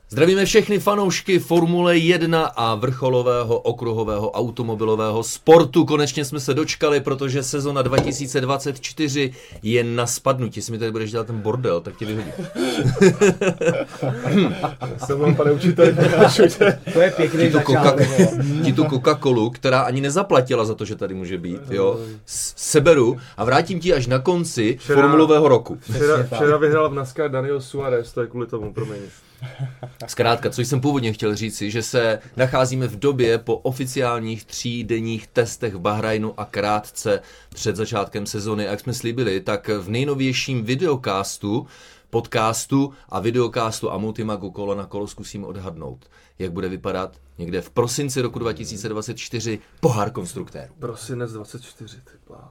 Zdravíme všechny fanoušky Formule 1 a vrcholového okruhového automobilového sportu. Konečně jsme se dočkali, protože sezona 2024 je na spadnutí. Jestli mi tady budeš dělat ten bordel, tak tě vyhodím. Jsem vám, pane učiteli, to je pěkný začátek. Ti tu Coca-Colu, která ani nezaplatila za to, že tady může být, jo, seberu a vrátím ti až na konci formulového roku. Včera vyhrál v NASCAR Daniel Suarez, to je kvůli tomu, promiň. Zkrátka, co jsem původně chtěl říci, že se nacházíme v době po oficiálních 3denních testech v Bahrajnu a krátce před začátkem sezony. A jak jsme slíbili, tak v nejnovějším videocastu, podcastu a videocastu a Multimagu kolo na kolo zkusíme odhadnout, jak bude vypadat někde v prosinci roku 2024 pohár konstruktérů. Prosinec 24, ty bláho.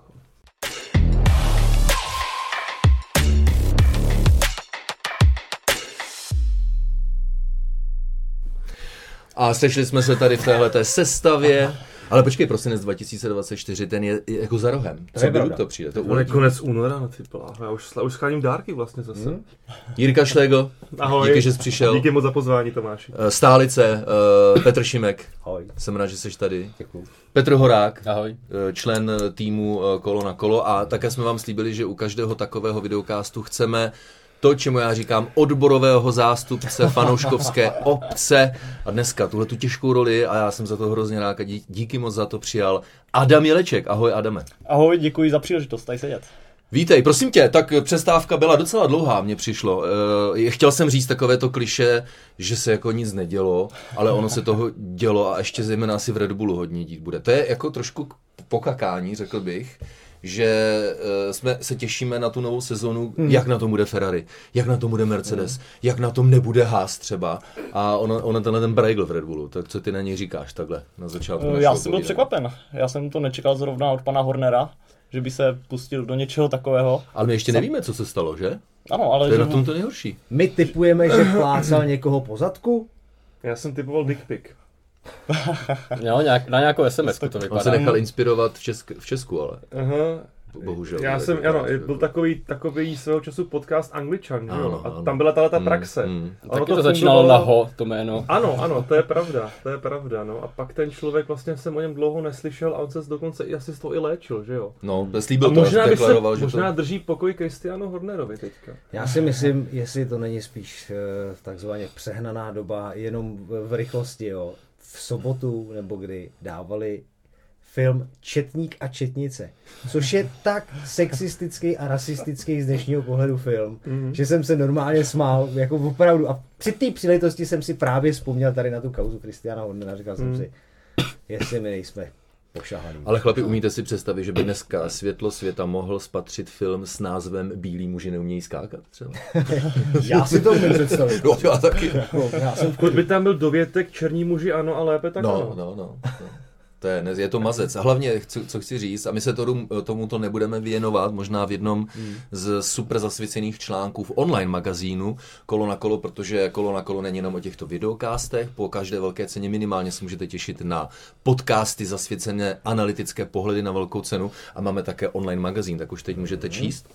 A sešli jsme se tady v téhleté sestavě. Ale počkej, prosinec 2024, ten je jako za rohem. Co by to přijde? To je konec února, ty bláho. Já už scháním dárky vlastně zase. Jirka Šlego, ahoj. Díky, že jsi přišel. Díky moc za pozvání, Tomáši. Stálice, Petr Šimek. Ahoj. Jsem rád, že jsi tady. Děkuju. Petr Horák, ahoj. Člen týmu Kolo na kolo. A také jsme vám slíbili, že u každého takového videocastu chceme to, čemu já říkám odborového zástupce fanouškovské obce. A dneska tuhle tu těžkou roli, a já jsem za to hrozně rád, díky moc za to přijal Adam Jeleček. Ahoj, Adame. Ahoj, děkuji za příležitost tady sedět. Vítej, prosím tě, tak přestávka byla docela dlouhá, mně přišlo. Chtěl jsem říct takové to klišé, že se jako nic nedělo, ale ono se toho dělo a ještě zejména asi v Red Bullu hodně dít bude. To je jako trošku pokakání, řekl bych, že jsme se těšíme na tu novou sezonu, jak na tom bude Ferrari, jak na tom bude Mercedes, jak na tom nebude Haas třeba. A ono tenhle ten Brejgl v Red Bullu, tak co ty na něj říkáš takhle na začátku? Já jsem byl překvapen, já jsem to nečekal zrovna od pana Hornera, že by se pustil do něčeho takového. Ale my ještě nevíme, co se stalo, že? Ano, ale to je na tom to nejhorší. My tipujeme, že plácal někoho po zadku? Já jsem tipoval dick pic. Jo, na nějakou SMS to vypadá. On se nechal inspirovat v Česku, ale. Aha. Bohužel. Já jsem, ano, byl takový svého času podcast Angličan, že jo? A ano. tam byla tato praxe. Taky to začínalo na ho, to jméno. Ano, to je pravda, no. A pak ten člověk vlastně jsem o něm dlouho neslyšel a on se dokonce i asi z toho i léčil, že jo? No, slíbil to, deklaroval, že možná drží pokoj Christianu Hornerovi teďka. Já si myslím, jestli to není spíš takzvaně přehnaná doba, jenom v rychlosti, jo. V sobotu, nebo kdy dávali film Četník a četnice, což je tak sexistický a rasistický z dnešního pohledu film, že jsem se normálně smál, jako opravdu. A při té příležitosti jsem si právě vzpomněl tady na tu kauzu Christiana Hornera, říkal jsem si, jestli my nejsme pošahaný. Ale chlapi, umíte si představit, že by dneska světlo světa mohl spatřit film s názvem Bílí muži neumějí skákat třeba? Já si to umím představit. No, já taky. Pokud by tam byl dovětek černí muži ano a lépe tak ano. No. Je to mazec. A hlavně, co chci říct, a my se tomuto nebudeme věnovat, možná v jednom z super zasvěcených článků v online magazínu Kolo na kolo, protože Kolo na kolo není jenom o těchto videokastech. Po každé velké ceně minimálně se můžete těšit na podcasty zasvěcené analytické pohledy na velkou cenu a máme také online magazín, tak už teď můžete číst.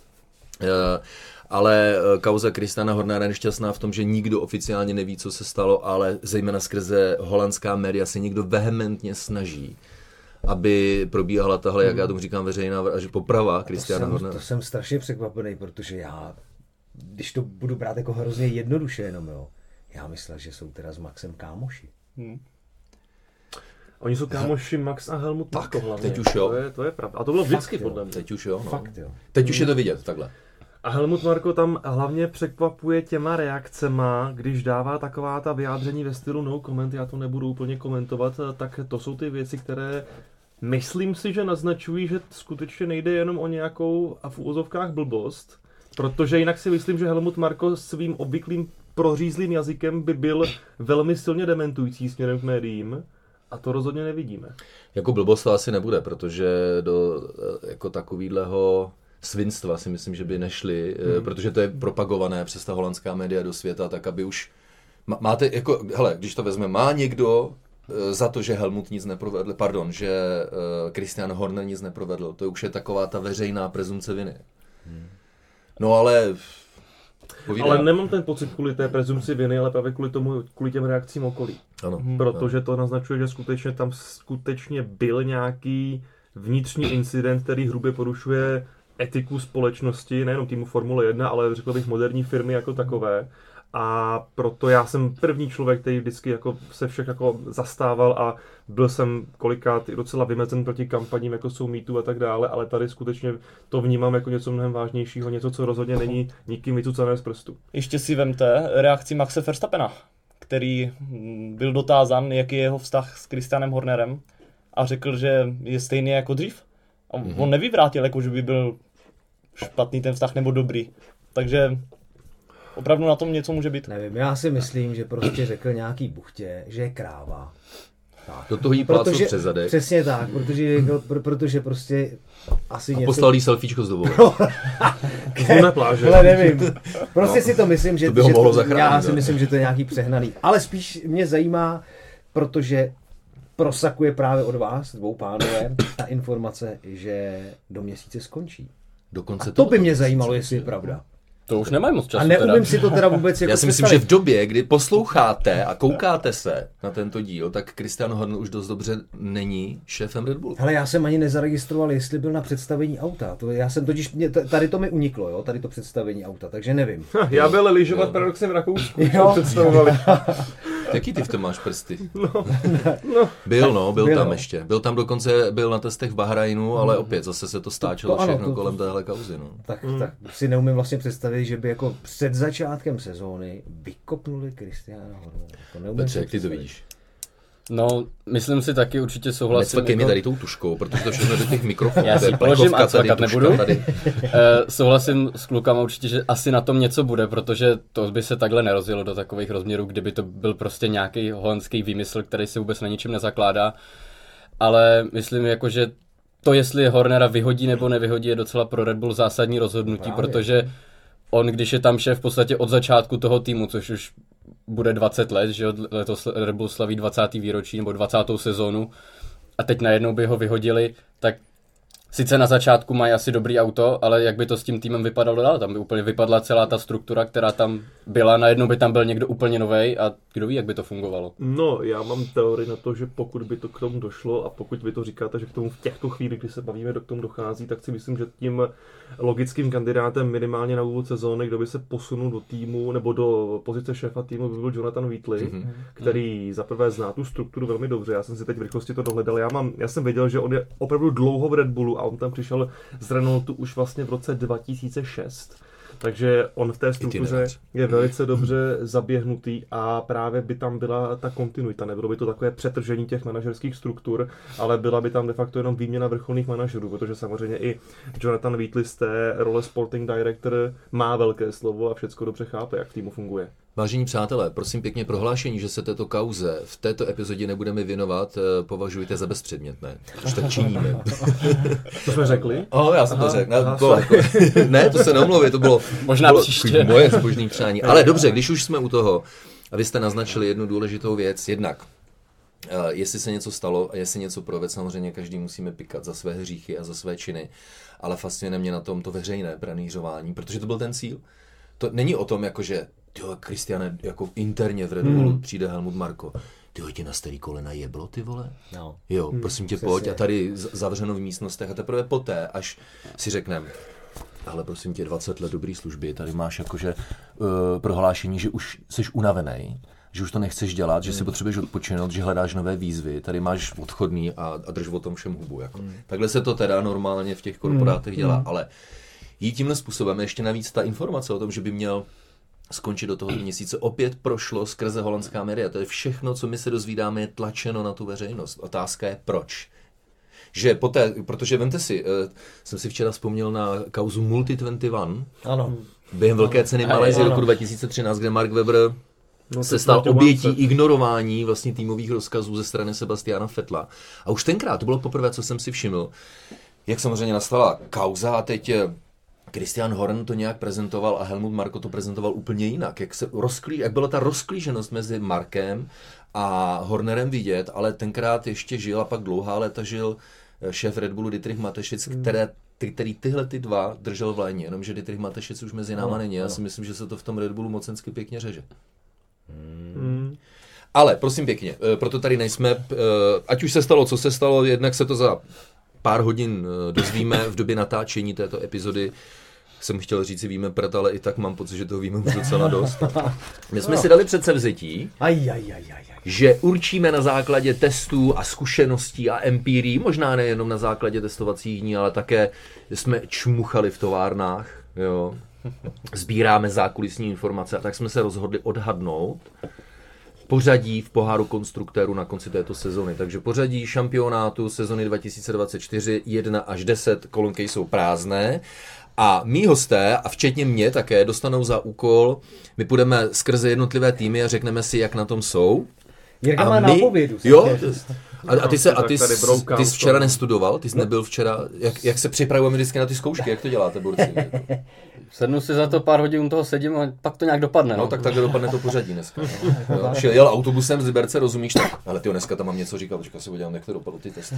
Ale kauza Christiana Hornera je nešťastná v tom, že nikdo oficiálně neví, co se stalo, ale zejména skrze holandská média se někdo vehementně snaží, aby probíhala tahle, jak já tomu říkám, veřejná poprava Christiana Hornera. To jsem strašně překvapený, protože já, když to budu brát jako hrozně jednoduše jenom, jo, já myslel, že jsou teda s Maxem kámoši. Oni jsou kámoši Max a Helmut Marko hlavně. Teď už jo. To je pravda. A to bylo vždycky podle mě. Teď už jo. No. Fakt jo. Teď už je to vidět, takhle. A Helmut Marko tam hlavně překvapuje těma reakcema, když dává taková ta vyjádření ve stylu no comment, já to nebudu úplně komentovat, tak to jsou ty věci, které myslím si, že naznačují, že skutečně nejde jenom o nějakou a v úvozovkách blbost, protože jinak si myslím, že Helmut Marko svým obvyklým prořízlým jazykem by byl velmi silně dementující směrem k médiím. A to rozhodně nevidíme. Jako blbost to asi nebude, protože do jako takovýhleho svinstva si myslím, že by nešli, protože to je propagované přes ta holandská média do světa, tak aby už máte, jako, hele, když to vezme, má někdo za to, že Helmut nic neprovedl, že Christian Horner nic neprovedl, to už je taková ta veřejná prezumce viny. No ale Povídej. Ale nemám ten pocit kvůli té prezumci viny, ale právě kvůli těm reakcím okolí. Ano. Protože to naznačuje, že skutečně tam byl nějaký vnitřní incident, který hrubě porušuje etiku společnosti, nejenom týmu Formule 1, ale řekl bych moderní firmy jako takové. A proto já jsem první člověk, který vždycky jako se všech jako zastával a byl jsem kolikrát i docela vymezen proti kampaním, jako jsou MeToo a tak dále, ale tady skutečně to vnímám jako něco mnohem vážnějšího, něco, co rozhodně není nikým vycucané z prstu. Ještě si vemte reakci Maxe Verstappena, který byl dotázán, jaký je jeho vztah s Christianem Hornerem a řekl, že je stejný jako dřív. A on nevyvrátil, jako že by byl špatný ten vztah nebo dobrý. Takže opravdu na tom něco může být. Nevím, já si myslím, že prostě řekl nějaký buchtě, že je kráva. Tak. Do toho jí plácl přes zadek. Přesně tak, protože prostě asi a něco... poslal jí selfiečko z dovolené. Na pláže. Ale nevím. Prostě si to myslím, že... To by ho mohlo zachránit. Já si myslím, že to je nějaký přehnaný. Ale spíš mě zajímá, protože prosakuje právě od vás, dvou pánové, ta informace, že do měsíce skončí. Dokonce a to by mě zajímalo, jestli je pravda. To už nemají moc času. A neumím si to teda vůbec jako já si myslím, že v době, kdy posloucháte a koukáte se na tento díl, tak Christian Horner už dost dobře není šéfem Red Bullu. Hele, já jsem ani nezaregistroval, jestli byl na představení auta. Já jsem totiž, tady to mi uniklo, jo, tady to představení auta, takže nevím. Já byl lyžovat paradoxem v Rakousku, Jo. představovali. Jaký ty v tom máš prsty? No. Byl tam no. ještě. Byl tam dokonce, byl na testech v Bahrajnu, ale opět zase se to stáčelo To ano, všechno to- kolem téhle kauzy. No. Tak si neumím vlastně představit, že by jako před začátkem sezóny vykopnuli Christiana Hornera. To neumím Petře, si jak ty to představit. vidíš? No, myslím si taky určitě souhlasím. Necvakej mi tady tou tuškou, protože to všechno do těch mikrofonů. Já to si je položím plechovka a cvakat tuška nebudu. Tady. Souhlasím s klukama určitě, že asi na tom něco bude, protože to by se takhle nerozjelo do takových rozměrů, kdyby to byl prostě nějaký holandský výmysl, který se vůbec na ničem nezakládá. Ale myslím jako, že to, jestli Hornera vyhodí nebo nevyhodí, je docela pro Red Bull zásadní rozhodnutí, Právě. protože on, když je tam šéf v podstatě od začátku toho týmu, což už bude 20 let, že jo, letos Red Bull slaví 20. výročí nebo 20. sezónu a teď najednou by ho vyhodili, tak sice na začátku mají asi dobrý auto, ale jak by to s tím týmem vypadalo dál? Tam by úplně vypadla celá ta struktura, která tam byla, najednou by tam byl někdo úplně novej a kdo ví, jak by to fungovalo. No, já mám teorii na to, že pokud by to k tomu došlo a pokud vy to říkáte, že k tomu v těchto chvílích, kdy se bavíme, k tomu dochází, tak si myslím, že tím logickým kandidátem minimálně na úvod sezóny, kdo by se posunul do týmu nebo do pozice šéfa týmu, by byl Jonathan Wheatley, který zaprvé zná tu strukturu velmi dobře. Já jsem si teď v rychlosti to dohledal. Já jsem věděl, že on je opravdu dlouho v Red Bullu a on tam přišel z Renaultu už vlastně v roce 2006. Takže on v té struktuře je velice dobře zaběhnutý a právě by tam byla ta kontinuita. Nebylo by to takové přetržení těch manažerských struktur, ale byla by tam de facto jenom výměna vrcholných manažerů, protože samozřejmě i Jonathan Wheatley z té role Sporting Director má velké slovo a všecko dobře chápe, jak v týmu funguje. Vážení přátelé, prosím pěkně prohlášení, že se této kauze v této epizodě nebudeme věnovat, považujte za bezpředmětné. Už tak činíme. To jsme řekli? Já jsem to řekl. Ne, to se neomluvě, to bylo Možná příště. Moje zbožný přání. Ale dobře, když už jsme u toho, a vy jste naznačili jednu důležitou věc, jednak, jestli se něco stalo a jestli něco provedl, samozřejmě každý musíme pikat za své hříchy a za své činy, ale fascinuje mě na tom to veřejné pranířování, protože to byl ten cíl. To není o tom, jakože Christiane, jako interně v Red Bullu přijde Helmut Marko. Tyjo, ti na starý kolena jeblo, ty vole? No. Jo, prosím tě, pojď a tady zavřeno v místnostech a teprve poté, až si řekneme, ale prosím tě, 20 let dobrý služby, tady máš jakože prohlášení, že už jsi unavený, že už to nechceš dělat, že si potřebuješ odpočinout, že hledáš nové výzvy, tady máš odchodný a drž o tom všem hubu. Jako. Takhle se to teda normálně v těch korporátech dělá, ale jít tímhle způsobem ještě navíc ta informace o tom, že by měl skončit do toho měsíce, opět prošlo skrze holandská média. To je všechno, co my se dozvídáme, je tlačeno na tu veřejnost. Otázka je proč. Že poté, protože vemte si, jsem si včera vzpomněl na kauzu Multi 21, Ano. během velké ceny Malajsie roku 2013, kde Mark Webber se stal obětí ignorování vlastně týmových rozkazů ze strany Sebastiana Vettela. A už tenkrát, to bylo poprvé, co jsem si všiml, jak samozřejmě nastala kauza a teď Christian Horner to nějak prezentoval a Helmut Marko to prezentoval úplně jinak. Jak byla ta rozklíženost mezi Markem a Hornerem vidět, ale tenkrát ještě žil a pak dlouhá léta žil šéf Red Bullu Dietrich Mateschitz, který tyhle ty dva držel v léně, jenomže Dietrich Mateschitz už mezi náma není. Já si myslím, že se to v tom Red Bullu mocensky pěkně řeže. Ale prosím pěkně, proto tady nejsme, ať už se stalo, co se stalo, jednak se to za pár hodin dozvíme v době natáčení této epizody. Jsem chtěl říct si víme prd, ale i tak mám pocit, že toho víme už docela dost. My jsme si dali předsevzetí, že určíme na základě testů a zkušeností a empírií, možná nejenom na základě testovacích dní, ale také jsme čmuchali v továrnách, jo. Sbíráme zákulisní informace a tak jsme se rozhodli odhadnout pořadí v poháru konstruktérů na konci této sezony. Takže pořadí šampionátu sezony 2024 1 až 10, kolonky jsou prázdné. A mí hosté, a včetně mě také, dostanou za úkol, my půjdeme skrze jednotlivé týmy a řekneme si, jak na tom jsou. Jirka má nápovědu. Jo, a ty jsi včera nestudoval? Ty jsi nebyl včera, jak se připravujeme vždycky na ty zkoušky, jak to děláte, borci? Sednu si za to pár hodin u toho sedím a pak to nějak dopadne. No tak takhle dopadne to pořadí dneska. Jel autobusem z Liberce, rozumíš? Tak, ale tyjo, dneska tam mám něco říkal, počkej, si udělám, jak to dopadlo ty testy.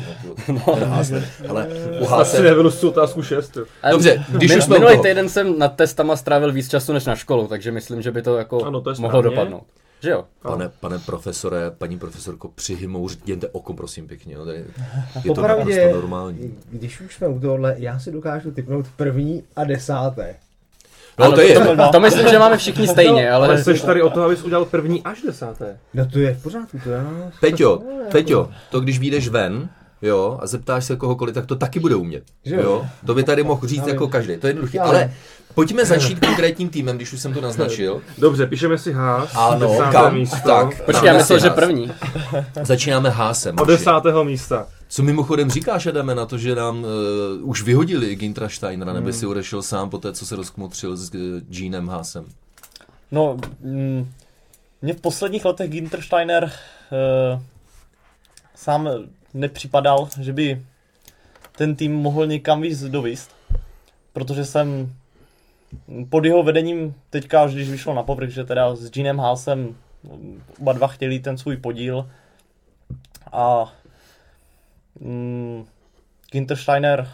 Ale Asi nevylustu otázku 6. Dobře, když už jsme minulý týden jsem nad testama strávil víc času než na školu, takže myslím, že by to jako mohlo dopadnout. Že jo? Pane profesore, paní profesorko, přihymouřděte oko, prosím pěkně. Je to Popravdě, naprosto normální. Když už jsme u tohohle, já si dokážu tipnout 1. a 10. No to je. To myslím, že máme všichni stejně, Ale jsi tady o toho, abys udělal 1. až 10. No to je v pořádku, to já... Peťo, to když vyjdeš ven, jo, a zeptáš se kohokoliv, tak to taky bude umět. Jo? To by tady mohl říct jako každý, to je jednoduché. Ale pojďme začít konkrétním týmem, když už jsem to naznačil. Dobře, píšeme si Haas. Ano, kam? Tak. Počkej, já myslel, že první. Začínáme Haasem. Od 10. místa. Co mimochodem říkáš, Adame, na to, že nám už vyhodili Güntera Steinera, nebo si odešel sám po té, co se rozkmotřil s Jeanem Haasem? No, mně v posledních letech Günther Steiner sám nepřipadal, že by ten tým mohl někam víc dovíst, protože jsem pod jeho vedením teďka, až když vyšlo na povrch, že teda s Jeanem Haasem oba dva chtěli ten svůj podíl a Günther Steiner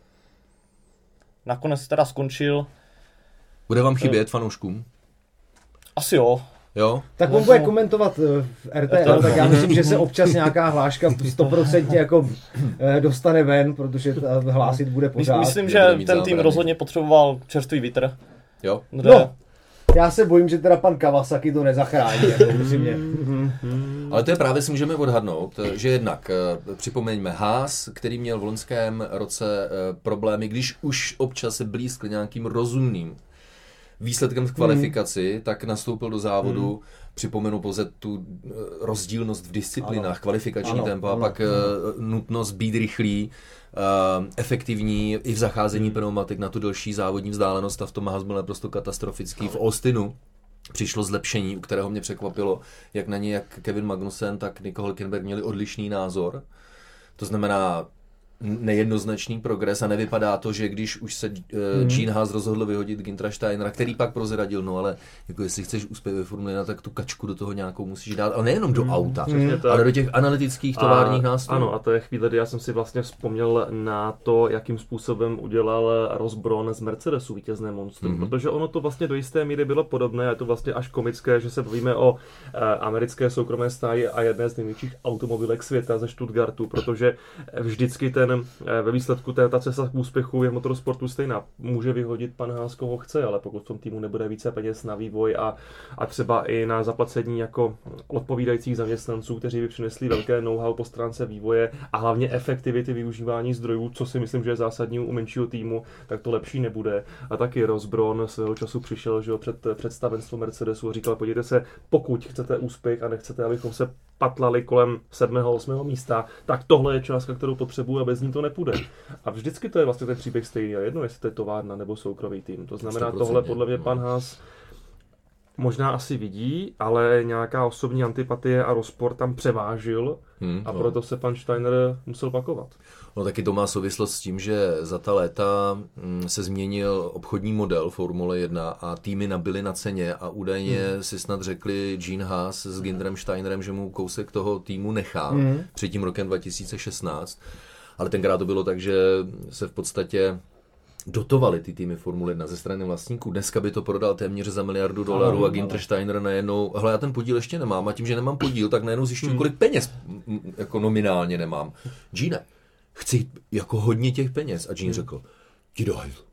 nakonec teda skončil. Bude vám chybět fanouškům? Asi jo. Jo? Tak on bude komentovat v RTL, tak já myslím, že se občas nějaká hláška 100% jako dostane ven, protože hlásit bude pořád. Myslím, že ten tým rozhodně potřeboval čerstvý vítr. Jo. No, já se bojím, že teda pan Kawasaki to nezachrání. Ale to je právě si můžeme odhadnout, že jednak připomeňme Haas, který měl v loňském roce problémy, když už občas se blízkl nějakým rozumným výsledkem v kvalifikaci, tak nastoupil do závodu, připomenu pouze tu rozdílnost v disciplinách, kvalifikační tempo a pak nutnost být rychlý, efektivní i v zacházení pneumatik na tu delší závodní vzdálenost a v tom Haas byl naprosto katastrofický. V Austinu přišlo zlepšení, u kterého mě překvapilo, jak na ně jak Kevin Magnussen, tak Nico Hülkenberg měli odlišný názor. To znamená nejednoznačný progres a nevypadá to, že když už se Gene Haas rozhodl vyhodit Günthera Steinera, který pak prozradil, no ale jako jestli chceš úspěch ve Formule 1, tak tu kačku do toho nějakou musíš dát, ale nejenom do auta, ale do těch analytických továrních nástrojů. Ano, a to je chvíle, kdy já jsem si vlastně vzpomněl na to, jakým způsobem udělal Ross Brawn z Mercedesu vítězné monstrum, protože ono to vlastně do jisté míry bylo podobné, je to vlastně až komické, že se bavíme o americké soukromé stáji a jedné z největších automobilek světa ze Stuttgartu, protože vždycky ve výsledku ta cesta k úspěchu je v motorsportu stejná. Může vyhodit pan Haas, koho chce, ale pokud v tom týmu nebude více peněz na vývoj a třeba i na zaplacení jako odpovídajících zaměstnanců, kteří by přinesli velké know-how po stránce vývoje a hlavně efektivity využívání zdrojů, co si myslím, že je zásadní u menšího týmu, tak to lepší nebude. A taky Ross Brawn svého času přišel, že před představenstvo Mercedesu a říkal, podívejte se, pokud chcete úspěch a nechcete, abychom se patlali kolem 7. 8. místa, tak tohle je částka, kterou potřebuji a bez ní to nepůjde. A vždycky to je vlastně ten příběh stejný. A jedno, jestli to je továrna nebo soukromý tým. To znamená, tohle podle mě pan Haas možná asi vidí, ale nějaká osobní antipatie a rozpor tam převážil a proto se pan Steiner musel pakovat. No taky to má souvislost s tím, že za ta léta se změnil obchodní model Formule 1 a týmy nabyly na ceně a údajně si snad řekli Gene Haas s Güntherem Steinerem, že mu kousek toho týmu nechá před tím rokem 2016. Ale tenkrát to bylo tak, že se v podstatě dotovali ty týmy Formule 1 ze strany vlastníků. Dneska by to prodal téměř za $1 miliardu a Günther Steiner najednou, hele, já ten podíl ještě nemám a tím, že nemám podíl, tak najednou zjišťuju, kolik peněz jako nominálně nemám. Gene, chci jako hodně těch peněz. A Gene řekl, ti do hajzlu.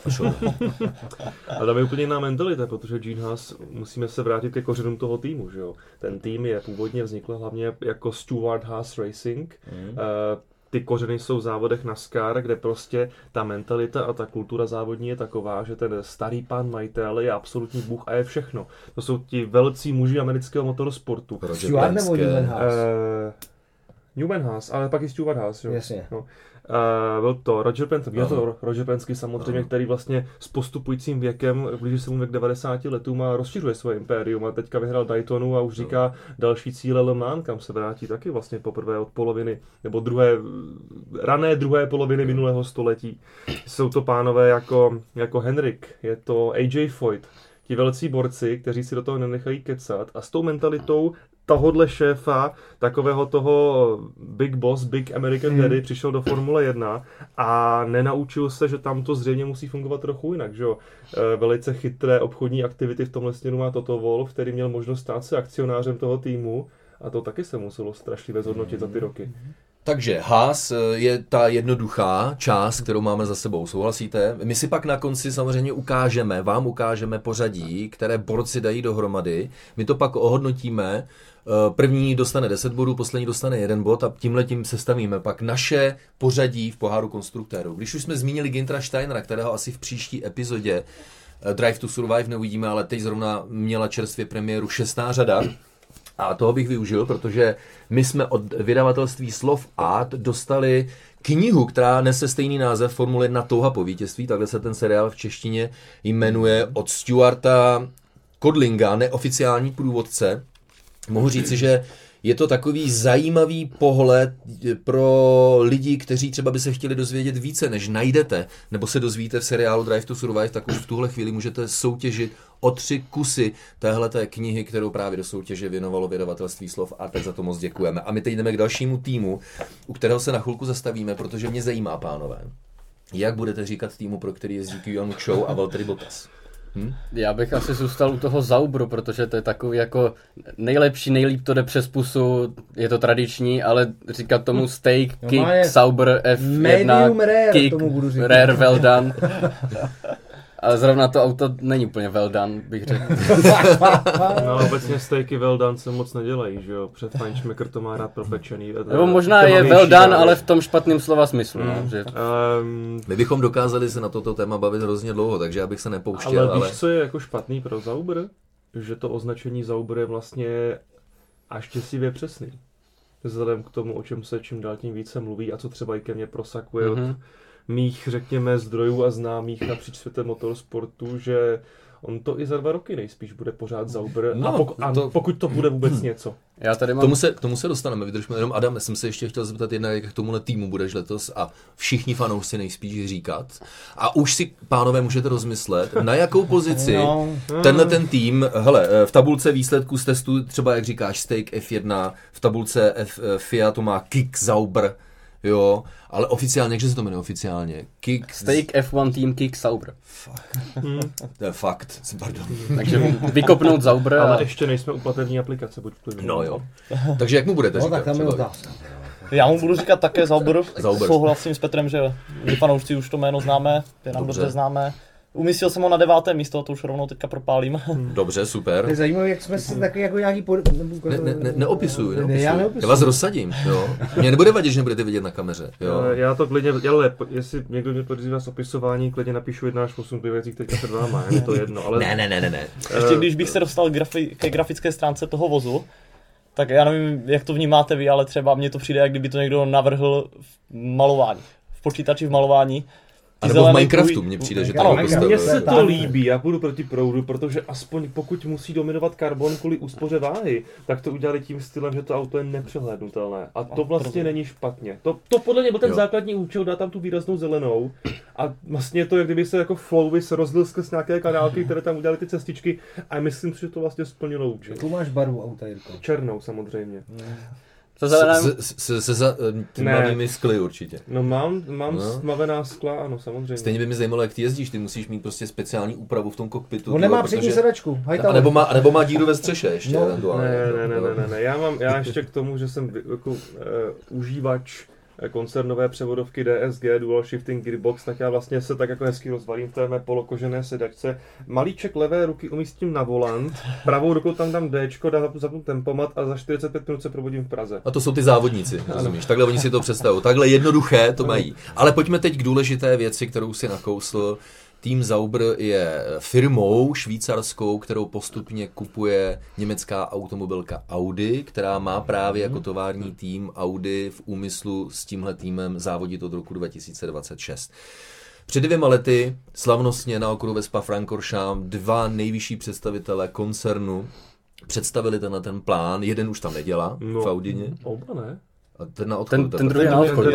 A tam je úplně jiná mentalita, protože Gene Haas, musíme se vrátit ke kořenům toho týmu, že jo. Ten tým je původně vznikl hlavně jako Stewart Haas Racing. Ty kořeny jsou v závodech NASCAR, kde prostě ta mentalita a ta kultura závodní je taková, že ten starý pán majitel je absolutní bůh a je všechno. To jsou ti velcí muži amerického motorsportu. Stewart nebo Newman Haas? Newman Haas, ale pak i Stewart Haas, jo. Jasně. No. Byl to Roger Penske, je to Roger Penske samozřejmě, který vlastně s postupujícím věkem, blíží se mu věk 90 letům a rozšiřuje svoje impérium a teďka vyhrál Daytonu a už říká další cíle Le Mans, kam se vrátí taky vlastně poprvé od poloviny, nebo rané druhé poloviny minulého století. Jsou to pánové jako Henrik, je to AJ Foyt, ti velcí borci, kteří si do toho nenechají kecat a s tou mentalitou tohodle šéfa, takového toho Big Boss, Big American Daddy, přišel do Formule 1 a nenaučil se, že tam to zřejmě musí fungovat trochu jinak, že jo. Velice chytré obchodní aktivity v tomhle směru má Toto Wolff, který měl možnost stát se akcionářem toho týmu a to taky se muselo strašlivě zhodnotit za ty roky. Takže Haas je ta jednoduchá část, kterou máme za sebou. Souhlasíte? My si pak na konci samozřejmě vám ukážeme pořadí, které borci dají dohromady. My to pak ohodnotíme. První dostane 10 bodů, poslední dostane 1 bod a tímhletím sestavíme pak naše pořadí v poháru konstruktérů. Když už jsme zmínili Günthera Steinera, kterého asi v příští epizodě Drive to Survive neuvidíme, ale teď zrovna měla čerstvě premiéru 6. řada. A toho bych využil, protože my jsme od vydavatelství Slov Art dostali knihu, která nese stejný název Formule 1 Touha po vítězství, takhle se ten seriál v češtině jmenuje, od Stuarta Kodlinga, neoficiální průvodce. Mohu říci, že je to takový zajímavý pohled pro lidi, kteří třeba by se chtěli dozvědět více, než najdete, nebo se dozvíte v seriálu Drive to Survive, tak už v tuhle chvíli můžete soutěžit o 3 kusy téhleté knihy, kterou právě do soutěže věnovalo vydavatelství Slov a tak za to moc děkujeme. A my teď jdeme k dalšímu týmu, u kterého se na chvilku zastavíme, protože mě zajímá, pánové, jak budete říkat týmu, pro který jezdí Yuan Chou a Valtteri Bottas? Já bych asi zůstal u toho Saubru, protože to je takový jako nejlepší, nejlíp to jde přes pusu, je to tradiční, ale říkat tomu steak, kick, Sauber, F1, kick, rare, well done. Ale zrovna to auto není úplně well done, bych řekl. No obecně steaky well done se moc nedělají, že jo? Před Feinschmecker to má rád propečený. Nebo možná je well done, ale v tom špatném slova smyslu. No, že... My bychom dokázali se na toto téma bavit hrozně dlouho, takže já bych se nepouštěl. Ale víš, co je jako špatný pro Sauber? Že to označení Sauber je vlastně až děsivě přesný. Vzhledem k tomu, o čem se čím dál tím více mluví a co třeba i ke mně prosakuje od mých, řekněme, zdrojů a známých napříč světem motorsportu, že on to i za 2 roky nejspíš bude pořád Sauber, no, pokud to bude vůbec něco. Já tady mám... K tomu se dostaneme, vydržme jenom Adam, já jsem se ještě chtěl zeptat jednak, jak k tomuhle týmu budeš letos a všichni fanoušci nejspíš říkat. A už si, pánové, můžete rozmyslet, na jakou pozici tenhle ten tým, hele, v tabulce výsledků z testu, třeba jak říkáš, Steak F1, v tabulce FIA to má Kick Sauber, jo, ale oficiálně, jakže se to jmenuje oficiálně? Steak F1 Team Kick Sauber. To je fakt, pardon. Takže vykopnout Sauber. Ale ještě nejsme u platební aplikace, buď vplyvně. No jo. Takže jak mu budete říkat? No tak tam je otázka. Já mu budu říkat také Sauber. Souhlasím s Petrem, že my fanoušci už to jméno známe, je nám dobře známe. Umístil jsem ho na 9. místo, to už rovnou teďka propálím. Dobře, super. To je zajímavé, jak jsme si taky jako nějaký... Neopisuju. Já vás rozsadím, jo. Mně nebude vadit, že nebudete vidět na kameře, jo. Já to klidně, ale jestli někdo mě podezřívá z opisování, klidně napíšu 1 až 8 věcí, které před váma, je to jedno, ale... Ne. Ještě když bych se dostal ke grafické stránce toho vozu, tak já nevím, jak to vnímáte vy, ale třeba mně to přijde, jak kdyby to někdo navrhl v malování, v počítači v malování. A nebo v Minecraftu mně přijde, že to mně se to líbí, já půjdu proti proudu, protože aspoň pokud musí dominovat karbon kvůli úspoře váhy, tak to udělali tím stylem, že to auto je nepřehlédnutelné. A to vlastně není špatně. To podle mě byl ten základní účel, dát tam tu výraznou zelenou a vlastně to, jak kdyby se jako Flowvis rozlil skrz nějaké kanálky, které tam udělali ty cestičky a myslím si, že to vlastně splnilo účel. Jakou máš barvu auta, Jirko? Černou samozřejmě. To zelená... Se tmavými skly určitě. No mám stmavená skla, ano, samozřejmě. Stejně by mi zajímalo, jak ty jezdíš, ty musíš mít prostě speciální úpravu v tom kokpitu. On nemá přední sedačku. A nebo má díru ve střeše ještě. Ne. Já ještě k tomu, že jsem jako užívač koncernové převodovky DSG, Dual Shifting Gearbox, tak já vlastně se tak jako hezky rozvalím v té mé polokožené sedačce. Malíček levé ruky umístím na volant, pravou rukou tam dám Dčko, zapnu tempomat a za 45 minut se probudím v Praze. A to jsou ty závodníci, rozumíš? Takhle oni si to představují. Takhle jednoduché to mají. Ale pojďme teď k důležité věci, kterou si nakousl. Team Sauber je firmou švýcarskou, kterou postupně kupuje německá automobilka Audi, která má právě jako tovární tým Audi v úmyslu s tímhle týmem závodit od roku 2026. Před 2 lety slavnostně na okruhu ve Spa-Francorchamps 2 nejvyšší představitelé koncernu představili ten plán. Jeden už tam nedělá v Audině. Oba ne. A ten na odchod. Ten druhý na odchod.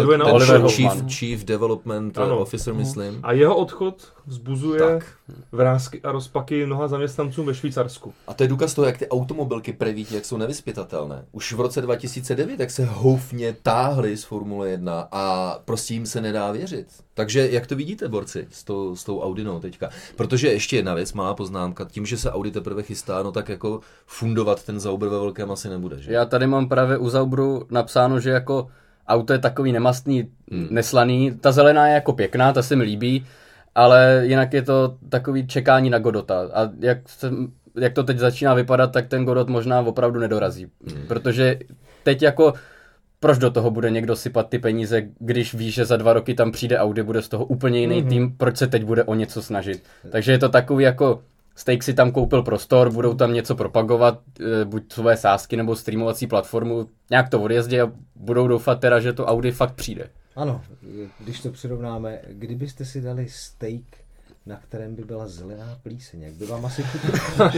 Chief Development Officer, myslím. A jeho odchod vzbuzuje vrásky a rozpaky mnoha zaměstnancům ve Švýcarsku. A to je důkaz toho, jak ty automobilky prevítí, jak jsou nevyzpytatelné. Už v roce 2009, jak se houfně táhly z Formule 1 a prostě jim se nedá věřit. Takže jak to vidíte, borci, s tou Audinou teďka? Protože ještě jedna věc, malá poznámka, tím, že se Audi teprve chystá, no tak jako fundovat ten Sauber ve velkém asi nebude, že? Já tady mám právě u Sauberu napsáno, že jako auto je takový nemastný, neslaný. Ta zelená je jako pěkná, ta se mi líbí, ale jinak je to takový čekání na Godota. A jak to teď začíná vypadat, tak ten Godot možná opravdu nedorazí. Protože teď jako proč do toho bude někdo sypat ty peníze, když ví, že za 2 roky tam přijde Audi, bude z toho úplně jiný tým, proč se teď bude o něco snažit. Takže je to takový jako Stake si tam koupil prostor, budou tam něco propagovat, buď své sázky nebo streamovací platformu, nějak to odjezdí a budou doufat teda, že to Audi fakt přijde. Ano, když to přirovnáme, kdybyste si dali steak, na kterém by byla zelená plíseň, jak by vám asi chutnalo?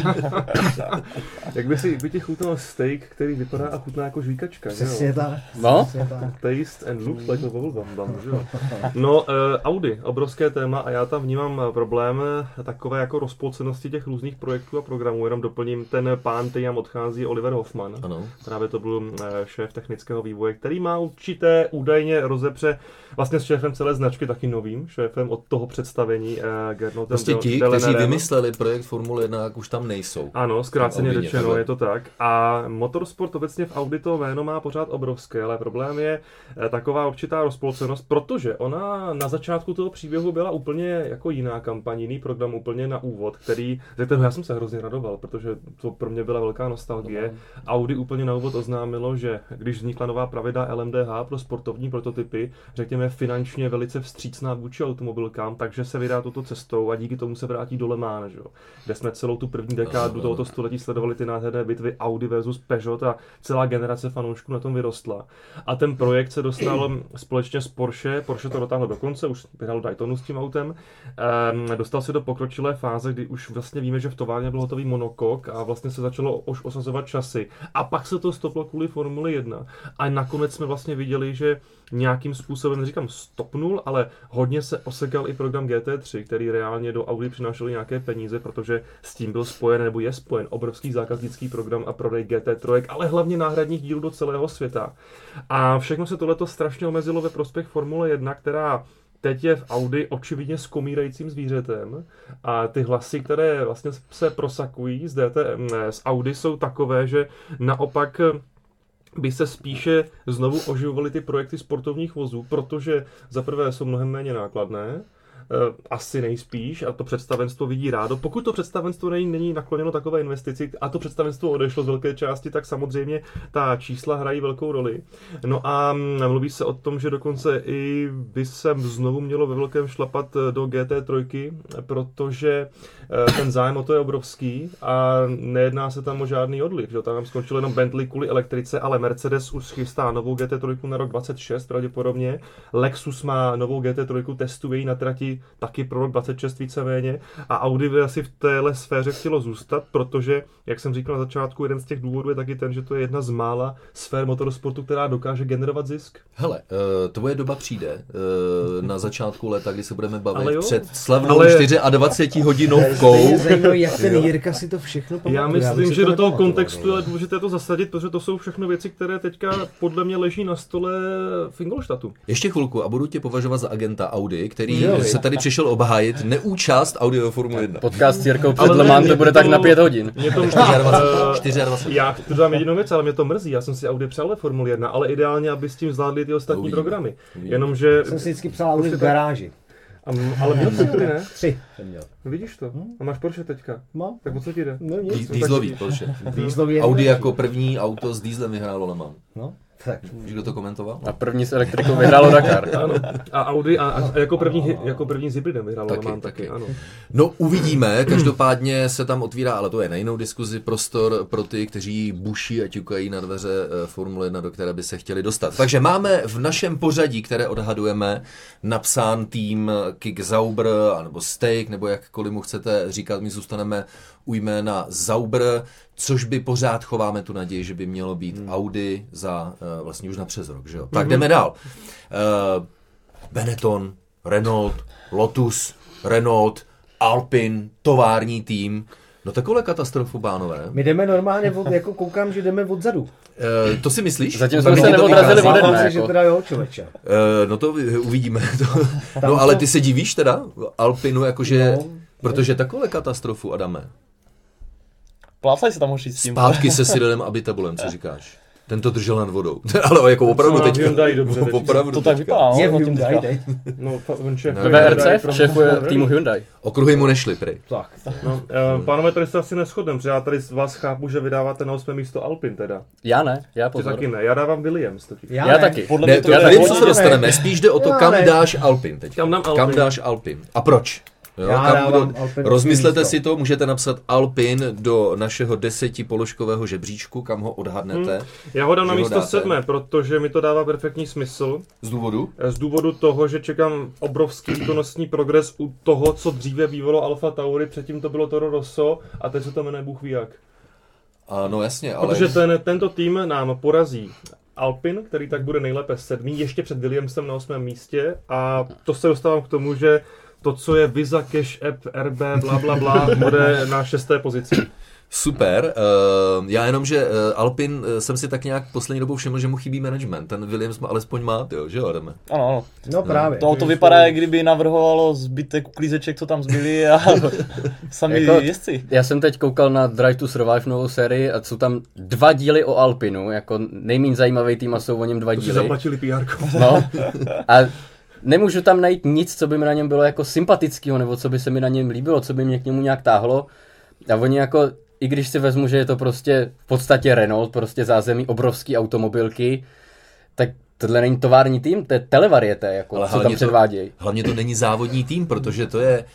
Jak by ti chutnal steak, který vypadá a chutná jako žvíkačka, Přesně tak. No? Taste and looks like a bubblegum, že jo? No, Audi, obrovské téma a já tam vnímám problém takové jako rozpolcenosti těch různých projektů a programů. Jenom doplním, ten pán, který nám odchází, Oliver Hoffman. Ano. Právě to byl šéf technického vývoje, který má určité údajně rozepře vlastně s šéfem celé značky, taky novým šéfem od toho představení prostě ti, kteří vymysleli projekt Formule 1, už tam nejsou. Ano, zkráceně řečeno, je to tak. A motorsport obecně v Audi to jméno má pořád obrovské, ale problém je taková určitá rozpolcenost, protože ona na začátku toho příběhu byla úplně jako jiná kampaň, jiný program úplně na úvod, ze kterého já jsem se hrozně radoval, protože to pro mě byla velká nostalgie. Audi úplně na úvod oznámilo, že když vznikla nová pravidla LMDH pro sportovní prototypy, řekněme finančně velice vstřícná vůči automobilkám, takže se vydá touto cestou a díky tomu se vrátí do Le Mans, že jo? Kde jsme celou tu první dekádu tohoto století sledovali ty nádherné bitvy Audi versus Peugeot a celá generace fanoušků na tom vyrostla. A ten projekt se dostal společně s Porsche to dotáhlo do konce, už vyhrál Daytonu s tím autem, dostal se do pokročilé fáze, kdy už vlastně víme, že v továrně byl hotový monokok a vlastně se začalo už osazovat časy. A pak se to stoplo kvůli Formuli 1. A nakonec jsme vlastně viděli, že nějakým způsobem, neříkám stopnul, ale hodně se osekal i program GT3, který reálně do Audi přinášel nějaké peníze, protože s tím byl spojen nebo je spojen obrovský zákaznický program a prodej GT3, ale hlavně náhradních dílů do celého světa. A všechno se tohleto strašně omezilo ve prospěch Formule 1, která teď je v Audi očividně skomírajícím zvířetem a ty hlasy, které vlastně se prosakují z Audi, jsou takové, že naopak by se spíše znovu oživovaly ty projekty sportovních vozů, protože za prvé jsou mnohem méně nákladné, asi nejspíš, a to představenstvo vidí rádo. Pokud to představenstvo není nakloněno takové investici a to představenstvo odešlo z velké části, tak samozřejmě ta čísla hrají velkou roli. No a mluví se o tom, že dokonce i by se znovu mělo ve velkém šlapat do GT3, protože ten zájem o to je obrovský a nejedná se tam o žádný odliv. Že? Tam skončilo jenom Bentley kvůli elektrice, ale Mercedes už chystá novou GT3 na rok 26 pravděpodobně. Lexus má novou GT3, testuje ji na trati Audi taky pro rok 26 víceméně a Audi by asi v téhle sféře chtělo zůstat, protože, jak jsem říkal na začátku, jeden z těch důvodů je taky ten, že to je jedna z mála sfér motorsportu, která dokáže generovat zisk. Hele, tvoje doba přijde na začátku léta, kdy se budeme bavit jo. před slavnou 24hodinovkou. Zajímavé, jak ten Jirka si to všechno pamatuje. Já myslím, že do toho kontextu je důležité to zasadit, protože to jsou všechno věci, které teďka podle mě leží na stole v Ingolstadtu. Ještě chvilku a budu tě považovat za agenta Audi, který Jo, se tady přišel obhájit neúčast Audi ve Formule 1. Podcast s Jirkou před Ale Le ne, Mans to mě bude to- tak na 5 hodin. Mě to, 24. já to dám jedinou věc, ale mě to mrzí. Já jsem si Audi přál ve Formule 1, ale ideálně, aby s tím zvládli ty ostatní Uvidíme. programy. Uvidíme. Jenomže... Jsem si vždycky psal Audi v garáži. Ale měl jsi Audi, ne? 3 jsem měl. Vidíš to? A máš Porsche teďka. Mám. Tak o co ti jde? No nic. Dieselový, Porsche. Dieselový je Audi nejlepší. jako první auto s dieselem vyhrálo Le Mans. No, tak. Víš, kdo to komentoval? A první s elektrikou vyhrálo Dakar. Ano. A Audi a jako první s hybridem vyhrál Le Mans taky. Ano. No uvidíme, každopádně se tam otvírá, ale to je na jinou diskuzi, prostor pro ty, kteří buší a ťukají na dveře Formule 1, do které by se chtěli dostat. Takže máme v našem pořadí, které odhadujeme, napsán tým Kick Sauber, nebo Steak, nebo jakkoliv mu chcete říkat, my zůstaneme u jména Sauber, což by pořád chováme tu naději, že by mělo být Audi za vlastně už na přes rok, že jo? Tak jdeme dál. Benetton, Renault, Lotus, Renault, Alpine, tovární tým. No takovou katastrofu, pánové. My jdeme normálně, jako koukám, že jdeme odzadu. To si myslíš? Zatím Tak jsme se lidi to neodrazili vychází. ode dne. Myslím si, že Jako. teda jo, člověče. No to uvidíme. No ale ty se divíš teda Alpinu, jakože, No. protože takovou katastrofu, Adame. Plácaj se tam už s tím. Zpátky se Cyrilem Abitabulem, co říkáš? Ten to držel nad vodou. Ale jako opravdu Co, teď. Hyundai dobře teďka. Opravdu To tak teďka. vypadá, no, Je v zatím Hyundai teďka. teď. No, on šéf. VRC šéfuje týmu Hyundai. Okruhy mu nešly, prej. Tak. No, pánové, tady se asi neshodneme, protože já tady z vás chápu, že vydáváte na 8. místo Alpine teda. Já ne, já Ty pozor. taky ne, já dávám Williams totiž. Já ne. taky. Podle Ne, mě to to já je nevím, hodně co se ne. dostaneme. Spíš jde o to, Já kam ne. dáš Alpin teď. Kam dám Kam Alpine? dáš Alpin. A proč? Jo, Já kam dávám kdo- Alpine rozmyslete místo. si to, můžete napsat Alpin do našeho 10položkového žebříčku, kam ho odhadnete. Já ho dám na Že ho místo dáte. 7, protože mi to dává perfektní smysl. Z důvodu? Z důvodu toho, že čekám obrovský výkonnostní progres u toho, co dříve bývalo Alfa Tauri, předtím to bylo Toro Rosso a teď se to jmenuje Bůh ví jak. No jasně, ale... Protože tento tým nám porazí Alpine, který tak bude nejlépe 7, ještě před Williamsem na 8. místě a to se dostávám k tomu, že to, co je Visa, Cash App, RB, bla bla bla, bude na 6. pozici. Super, já jenom, že Alpin jsem si tak nějak poslední dobou všiml, že mu chybí management. Ten Williams alespoň má, tyjo, že jo, Adame? Ano, ano. No právě. To auto vypadá, jak kdyby navrhovalo zbytek uklízeček, co tam zbyli a sami Jako- jezdci. Já jsem teď koukal na Drive to Survive novou sérii a jsou tam 2 díly o Alpinu, jako nejméně zajímavý tým a jsou o něm 2 To si díly. zaplatili PR. No. A nemůžu tam najít nic, co by mi na něm bylo jako sympatického, nebo co by se mi na něm líbilo, co by mě k němu nějak táhlo. A oni jako, i když si vezmu, že je to prostě v podstatě Renault, prostě zázemí obrovský automobilky, tak tohle není tovární tým, to je televarieté, jako, Ale co tam hlavně předvádějí. Hlavně to není závodní tým, protože to je...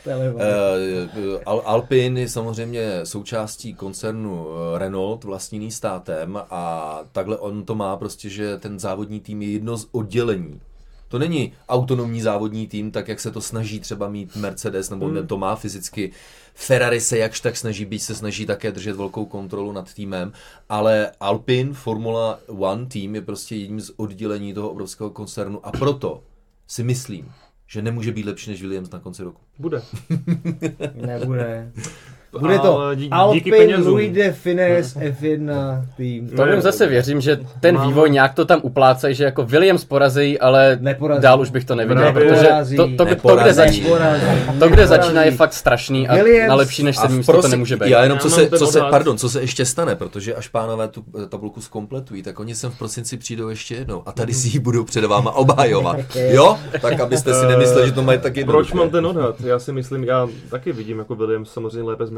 Alpine je samozřejmě součástí koncernu Renault, vlastněný státem a takhle on to má prostě, že ten závodní tým je jedno z oddělení. To není autonomní závodní tým, tak jak se to snaží třeba mít Mercedes, nebo to má fyzicky. Ferrari se jakž tak snaží, byť se snaží také držet velkou kontrolu nad týmem, ale Alpine Formula One tým je prostě jedním z oddělení toho obrovského koncernu a proto si myslím, že nemůže být lepší než Williams na konci roku. Bude. Nebude. Bude to Ale díky Alpine, penězům. Louis de Finesse, F1 tým. To vím, zase věřím, že ten Mám- vývoj nějak to tam uplácají, že jako Williams porazí, ale Neporazí. dál už bych to neviděl, Právě. protože to, kde Neporazí. začíná, to, kde začíná, je fakt strašný a Williams na lepší než A 7 místo to nemůže být. Já jenom, Já mám ten odhad. co se ještě stane, protože až pánové tu tabulku zkompletují, tak oni sem v prosinci přijdou ještě jednou a tady si ji budou před váma obhajovat. Jo? Tak abyste si nemysleli, že to mají tak jednoduché. Proč mám ten odhad? Já si myslím, já taky vidím jako Williams samozřejmě lépe s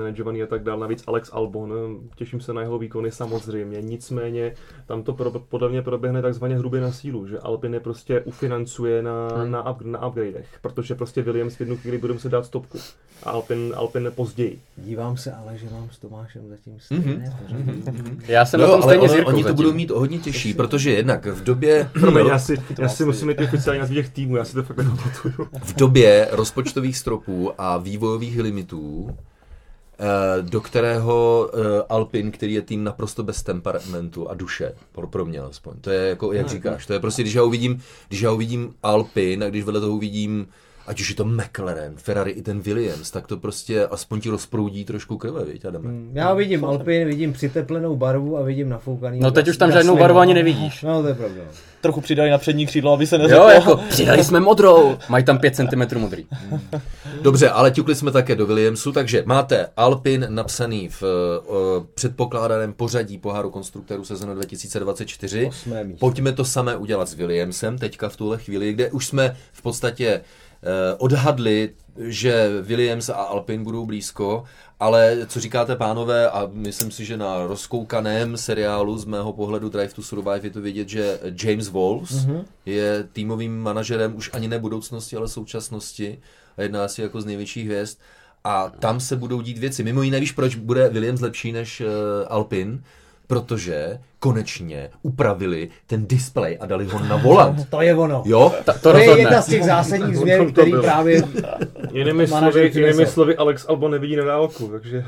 manažovaný a tak dále. Navíc Alex Albon, těším se na jeho výkony samozřejmě, nicméně tam to podle mě proběhne takzvaně hrubě na sílu, že Alpine prostě ufinancuje na upgradech, protože prostě Williams v jednu chvíli bude muset dát stopku a Alpine později. Dívám se ale, že mám s Tomášem zatím stejné. Já jsem na tom stejně s Jirkou oni to zatím. budou mít o hodně těžší, protože jednak v době... Já si musím mít oficiální nazvy těch týmů, já si to fakt nepamatuju. V době rozpočtových stropů a vývojových limitů, do kterého Alpine, který je tým naprosto bez temperamentu a duše, pro mě alespoň. To je jako, jak říkáš, to je prostě, když já uvidím Alpine a když vedle toho uvidím, ať už je to McLaren, Ferrari i ten Williams, tak to prostě aspoň ti rozproudí trošku krve, viď, Adame? Já vidím Alpine, vidím přiteplenou barvu a vidím nafoukaný. No teď už tam žádnou barvu ani nevidíš. No to je pravda. Trochu přidali na přední křídlo, aby se neřeklo. Jo, jako přidali jsme modrou. Mají tam 5 cm modrý. Dobře, ale ťukli jsme také do Williamsu, takže máte Alpine napsaný v předpokládaném pořadí poháru konstruktérů sezóny 2024. Pojďme to samé udělat s Williamsem teďka v tuhle chvíli, kde už jsme v podstatě odhadli, že Williams a Alpine budou blízko, ale co říkáte, pánové, a myslím si, že na rozkoukaném seriálu z mého pohledu Drive to Survive je to vidět, že James Walls je týmovým manažerem už ani ne budoucnosti, ale současnosti a jedná si jako z největších hvězd a tam se budou dít věci. Mimo jiné, víš, proč bude Williams lepší než Alpine? Protože konečně upravili ten displej a dali ho na volant. To je ono. Jo? To je jedna z těch zásadních změn, který právě... Jinými slovy, Alex Albon nevidí na dálku, takže...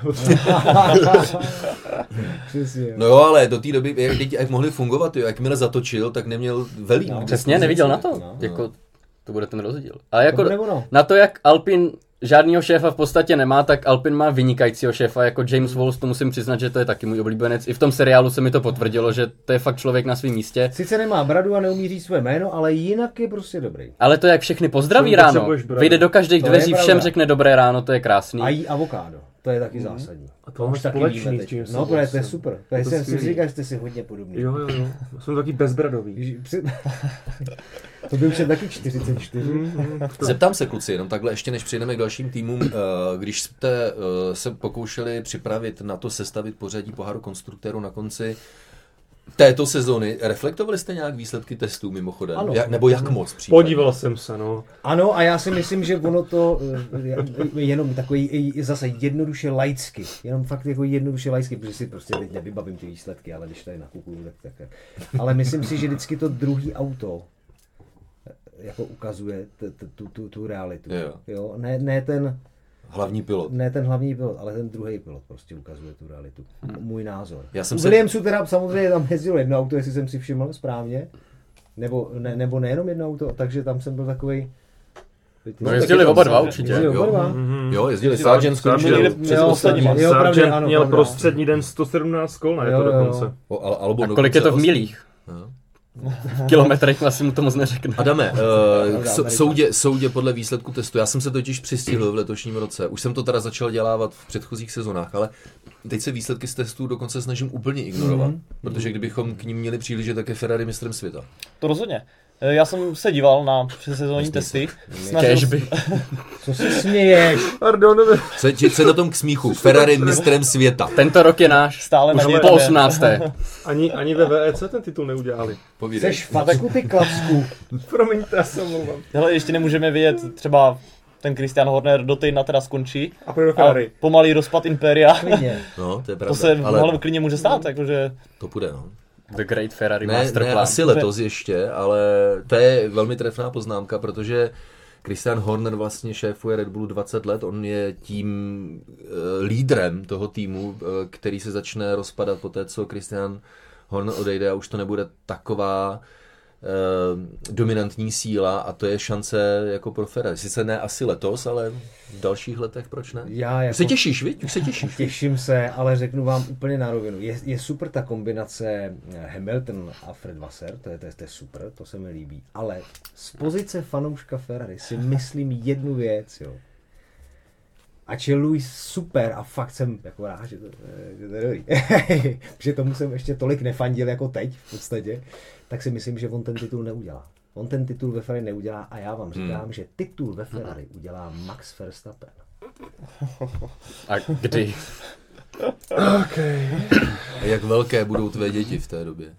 No jo, ale do té doby, jak mohli fungovat, jo, jakmile zatočil, tak neměl velí. No, přesně, neviděl na to. No. Jako, to bude ten rozdíl. Ale jako na to, jak Alpine žádnýho šéfa v podstatě nemá, tak Alpine má vynikajícího šéfa, jako James Walls, to musím přiznat, že to je taky můj oblíbenec. I v tom seriálu se mi to potvrdilo, že to je fakt člověk na svém místě. Sice nemá bradu a neumí říct své jméno, ale jinak je prostě dobrý. Ale to, jak všechny pozdraví ráno, vyjde do každých dveří, všem řekne dobré ráno, to je krásný. A jí avokádo, to je taky zásadní. A to máme společný s tím. No, to je super. To jsem si říkal, že jste si hodně podobný. Jo. Jsem taky bezbradový. To byl už taky 44. Zeptám se, kluci, jenom takhle ještě než přejdeme k dalším týmům, když jste se pokoušeli připravit na to sestavit pořadí poháru konstruktérů na konci této sezóny, reflektovali jste nějak výsledky testů mimochodem? Ano. Nebo jak moc případně? Podíval jsem se, no. Ano, a já si myslím, že ono to jenom takový zase jednoduše laicky, jenom fakt jako jednoduše laicky, protože si prostě teď nevybavím ty výsledky, ale když tady nakukuju, tak. Ale myslím si, že vždycky to druhý auto jako ukazuje tu realitu. Jo? Ne ten hlavní pilot. Ne ten hlavní pilot, ale ten druhý pilot prostě ukazuje tu realitu. Můj názor. U Williamsu teda samozřejmě tam jezdilo jedno auto, jestli jsem si všiml správně. Nebo nejenom jedno auto, takže tam jsem byl takovej... No jezdili oba dva určitě. Jo, jezdili Sargent skončil před ostatníma. Sargent měl prostřední den 117 kol, ne to dokonce. A kolik je to v milích? V kilometrech asi mu to moc neřekne. Adame, soudě podle výsledku testu. Já jsem se totiž přistihl v letošním roce. Už jsem to teda začal dělávat v předchozích sezonách, ale teď se výsledky z testů dokonce snažím úplně ignorovat. Protože kdybychom k ním měli příliš, tak je Ferrari mistrem světa. To rozhodně. Já jsem se díval na přesezónní testy. Co si směješ? Pardon. Co je na tom k smíchu? Ferrari mistrem světa. Tento rok je náš. Stále už po 18. Ani ve VEC ten titul neudělali. Seš facku, ty klacku. Promiňte, já se omlouvám. Hele, ještě nemůžeme vědět, třeba ten Christian Horner do týdna teda skončí. A půjde do Ferrari. Pomalý rozpad Imperia. No, to je pravda. To se ale klidně může stát, jakože... To půjde, no. The Great Ferrari Masterplan. Ne, asi letos ještě, ale to je velmi trefná poznámka, protože Christian Horner vlastně šéfuje Red Bullu 20 let, on je tím lídrem toho týmu, který se začne rozpadat po té, co Christian Horner odejde a už to nebude taková dominantní síla a to je šance jako pro Ferrari. Sice ne asi letos, ale v dalších letech proč ne? Už se těšíš, viď? Už se těšíš. Těším se, ale řeknu vám úplně na rovinu. Je super ta kombinace Hamilton a Fred Vasseur, to je super, to se mi líbí. Ale z pozice fanouška Ferrari si myslím jednu věc, jo. Ač je Lewis super a fakt jsem jako rád, že to je dobrý. Že tomu jsem ještě tolik nefandil jako teď v podstatě, tak si myslím, že on ten titul neudělá. On ten titul ve Ferrari neudělá a já vám říkám, že titul ve Ferrari udělá Max Verstappen. A kdy? Okay. A jak velké budou tvé děti v té době?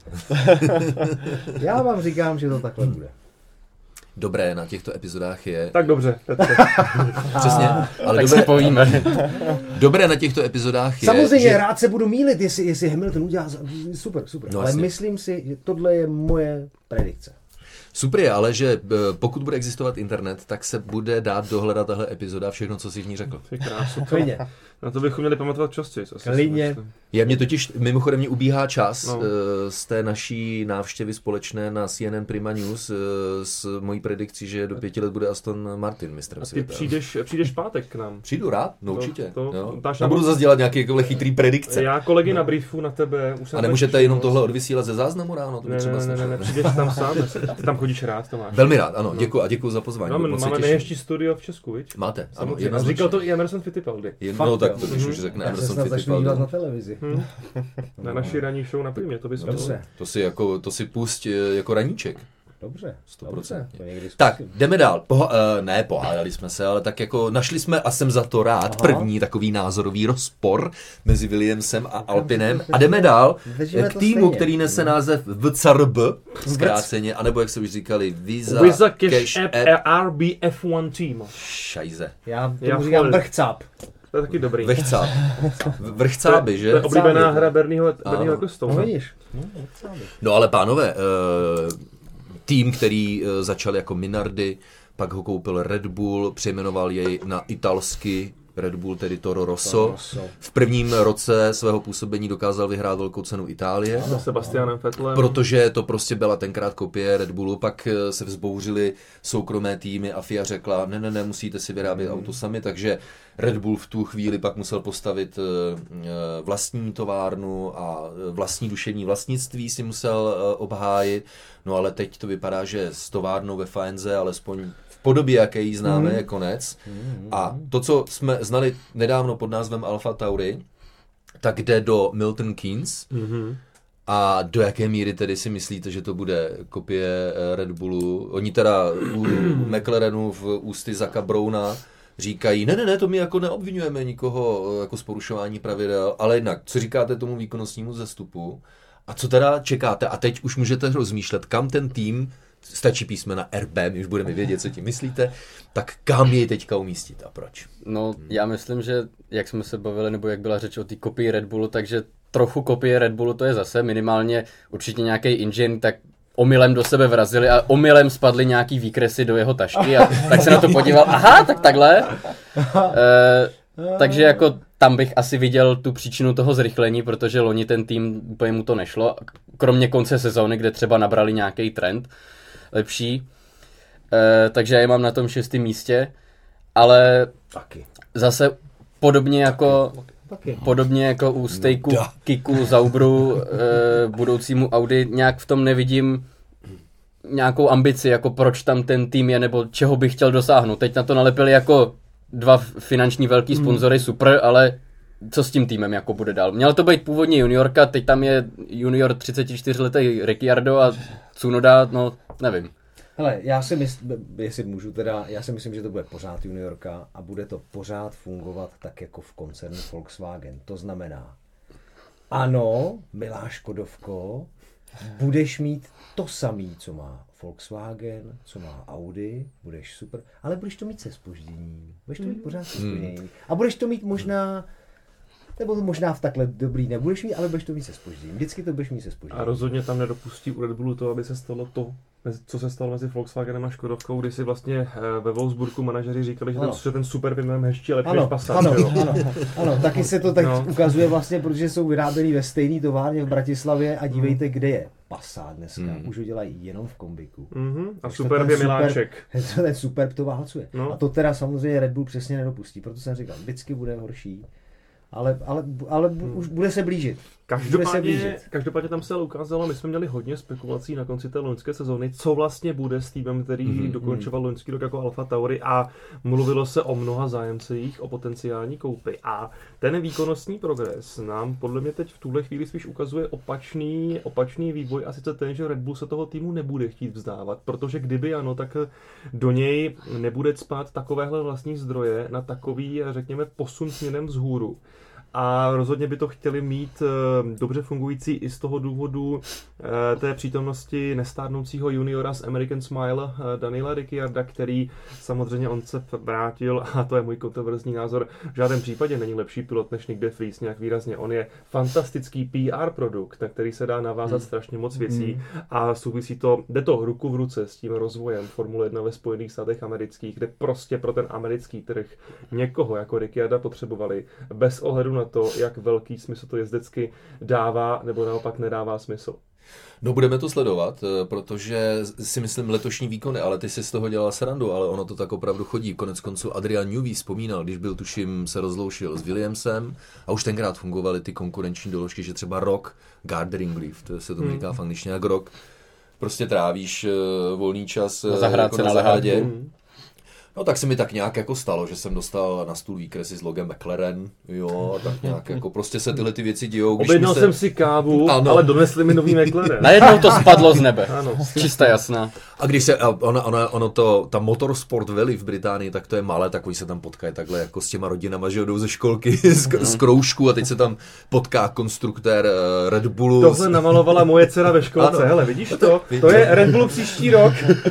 Já vám říkám, že to takhle bude. Dobré na těchto epizodách je... Tak dobře, Petře. Přesně, ale Tak se povíme. dobré na těchto epizodách je... Samozřejmě že... rád se budu mýlit, jestli Hamilton udělá super. No, Ale jasně. myslím si, že tohle je moje predikce. Super je, ale že pokud bude existovat internet, tak se bude dát dohledat tahle epizoda, všechno, co jsi v ní řekl. Ty krásu. Klidně. Na to bychom měli pamatovat častěji. Klidně. Mě totiž, mimochodem mě ubíhá čas No. z té naší návštěvy společné na CNN Prima News s mojí predikcí, že do 5 let bude Aston Martin mistrem A ty světa. přijdeš pátek k nám. Přijdu rád, no určitě. to- A budu zase dělat nějaké jako chytrý predikce. Já kolegy na briefu na tebe. Už jsem A tak nemůžete těšil, jenom no. tohle odvysílat ze záznamu ráno? To by třeba Ne, stačilo. přijdeš tam sám. Ty tam chodíš rád, Tomáš. Velmi rád, ano, děkuji a děkuji za pozvání. No, moc se máme těším. nejhezčí studio v Česku, viď? Máte, ano, Samozřejmě. jednoznačně. Říkal to i Emerson Fittipaldi. No Fakt, tak jo. to když už řekne Já se Emerson snad začnu Fittipaldi. dívat na televizi. Na naší ranní show na Primě, to bys Dobře, To si pusť jako raníček. dobře. 100%. To někdy Tak, zkusím. jdeme dál. Pohádali jsme se, ale tak jako našli jsme, a jsem za to rád, první takový názorový rozpor mezi Williamsem a Alpinem. A jdeme dál Držíme k to týmu, stejně. který nese název VCRB, zkráceně, anebo jak se už říkali, Visa Cash App. App RBF1 team. Šajze. Já Já tomu říkám fol- brchcáp. To je taky dobrý. Vrchcáp. Vrchcáby, že? To je oblíbená Vrchcáby. hra Bernieho Ano. jako No Stone. vidíš. No, brchcáby. No ale pánové, tým, který začal jako Minardi, pak ho koupil Red Bull, přejmenoval jej na italsky Red Bull, tedy Toro Rosso. V prvním roce svého působení dokázal vyhrát velkou cenu Itálie. Se Sebastianem Vettelem. Protože to prostě byla tenkrát kopie Red Bullu, pak se vzbouřily soukromé týmy a FIA řekla, ne, musíte si vyrábět auto sami, takže Red Bull v tu chvíli pak musel postavit vlastní továrnu a vlastní duševní vlastnictví si musel obhájit, no ale teď to vypadá, že s továrnou ve Faenze, alespoň v podobě, jaké ji známe, je konec. A to, co jsme znali nedávno pod názvem Alfa Tauri, tak jde do Milton Keynes. A do jaké míry tedy si myslíte, že to bude kopie Red Bullu? Oni teda u McLarenu v ústy Zacka Browna říkají, ne, to my jako neobvinujeme nikoho jako z porušování pravidel, ale jednak, co říkáte tomu výkonnostnímu zestupu? A co teda čekáte? A teď už můžete rozmýšlet, kam ten tým, stačí písmena RB, my už budeme vědět, co tím myslíte, tak kam jej teďka umístit a proč? No, já myslím, že jak jsme se bavili, nebo jak byla řeč o té kopii Red Bullu, takže trochu kopie Red Bullu to je zase, minimálně určitě nějaký engine, tak omylem do sebe vrazili a omylem spadly nějaký výkresy do jeho tašky a tak se na to podíval, aha, tak takhle. Takže jako tam bych asi viděl tu příčinu toho zrychlení, protože loni ten tým úplně mu to nešlo, kromě konce sezóny, kde třeba nabrali nějaký trend lepší. Takže já je mám na tom 6. místě, ale Taky. zase podobně jako u Stejku, Kiku, Zaubru, budoucímu Audi, nějak v tom nevidím nějakou ambici, jako proč tam ten tým je, nebo čeho bych chtěl dosáhnout. Teď na to nalepili jako dva finanční velký sponzory, super, ale co s tím týmem jako bude dál? Měl to být původně juniorka, teď tam je junior 34letý Ricciardo a Tsunoda, no nevím. Hele, já si myslím, že to bude pořád juniorka a bude to pořád fungovat tak jako v koncernu Volkswagen. To znamená, ano, milá Škodovko, budeš mít to samý, co má Volkswagen, co má Audi, budeš super, ale budeš to mít se zpožděním. Budeš to mít pořád se zpožděním. A budeš to mít možná, nebo to možná v takhle dobrý nebudeš mít, ale budeš to mít se zpožděním. Vždycky to budeš mít se zpožděním. A rozhodně tam nedopustí u Red Bullu to, aby se stalo to, co se stalo mezi Volkswagenem a Škodovkou, kdy si vlastně ve Wolfsburgu manažeři říkali, že ten super by mnohem hezčí a lepší než Passat. Ano, taky se to tak No. ukazuje vlastně, protože jsou vyráběný ve stejné továrně v Bratislavě a dívejte, kde je Passat dneska. Už ho dělají jenom v kombiku. A Superb je miláček. Ten Superb to válcuje. No. A to teda samozřejmě Red Bull přesně nedopustí, proto jsem říkal, vždycky bude horší. Ale už bude se blížit. Každopádně tam se ale ukázalo, my jsme měli hodně spekulací na konci té loňské sezóny, co vlastně bude s týmem, který dokončoval loňský rok jako Alfa Tauri a mluvilo se o mnoha zájemcích, o potenciální koupy. A ten výkonnostní progres nám podle mě teď v tuhle chvíli spíš ukazuje opačný vývoj, a sice ten, že Red Bull se toho týmu nebude chtít vzdávat, protože kdyby ano, tak do něj nebude cpat takovéhle vlastní zdroje na takový, řekněme, posun směrem vzhůru. A rozhodně by to chtěli mít dobře fungující i z toho důvodu té přítomnosti nestárnoucího juniora z American Smile Daniela Ricciarda, který samozřejmě on se vrátil, a to je můj kontroverzní názor, v žádném případě není lepší pilot než Nick de Vries nějak výrazně. On je fantastický PR produkt, na který se dá navázat strašně moc věcí a souvisí to, jde to ruku v ruce s tím rozvojem Formule 1 ve Spojených státech amerických, kde prostě pro ten americký trh někoho jako Ricciarda potřebovali bez ohledu na to, jak velký smysl to jezdecky dává nebo naopak nedává smysl. No budeme to sledovat, protože si myslím letošní výkony, ale ty si z toho dělal srandu, ale ono to tak opravdu chodí. Konec konců Adrian Newey vzpomínal, když byl tuším se rozloučil s Williamsem a už tenkrát fungovaly ty konkurenční doložky, že třeba rok gardening leave, to se tomu říká v angličtině jak rok, prostě trávíš volný čas na zahrádce jako na lehátě. No tak se mi tak nějak jako stalo, že jsem dostal na stůl výkresy s logem McLaren, jo, tak nějak jako prostě se tyhle ty věci dějou. Objednal jsem si kávu, ano, ale donesli mi nový McLaren. Najednou to spadlo z nebe, ano. Čistá jasná. A když se, ta Motorsport Valley v Británii, tak to je malé, takový se tam potkají takhle jako s těma rodinama, že jdou ze školky z kroužku a teď se tam potká konstruktér Red Bullu. Tohle namalovala moje dcera ve školce, ano. Hele, vidíš to? To je Red Bull příští rok.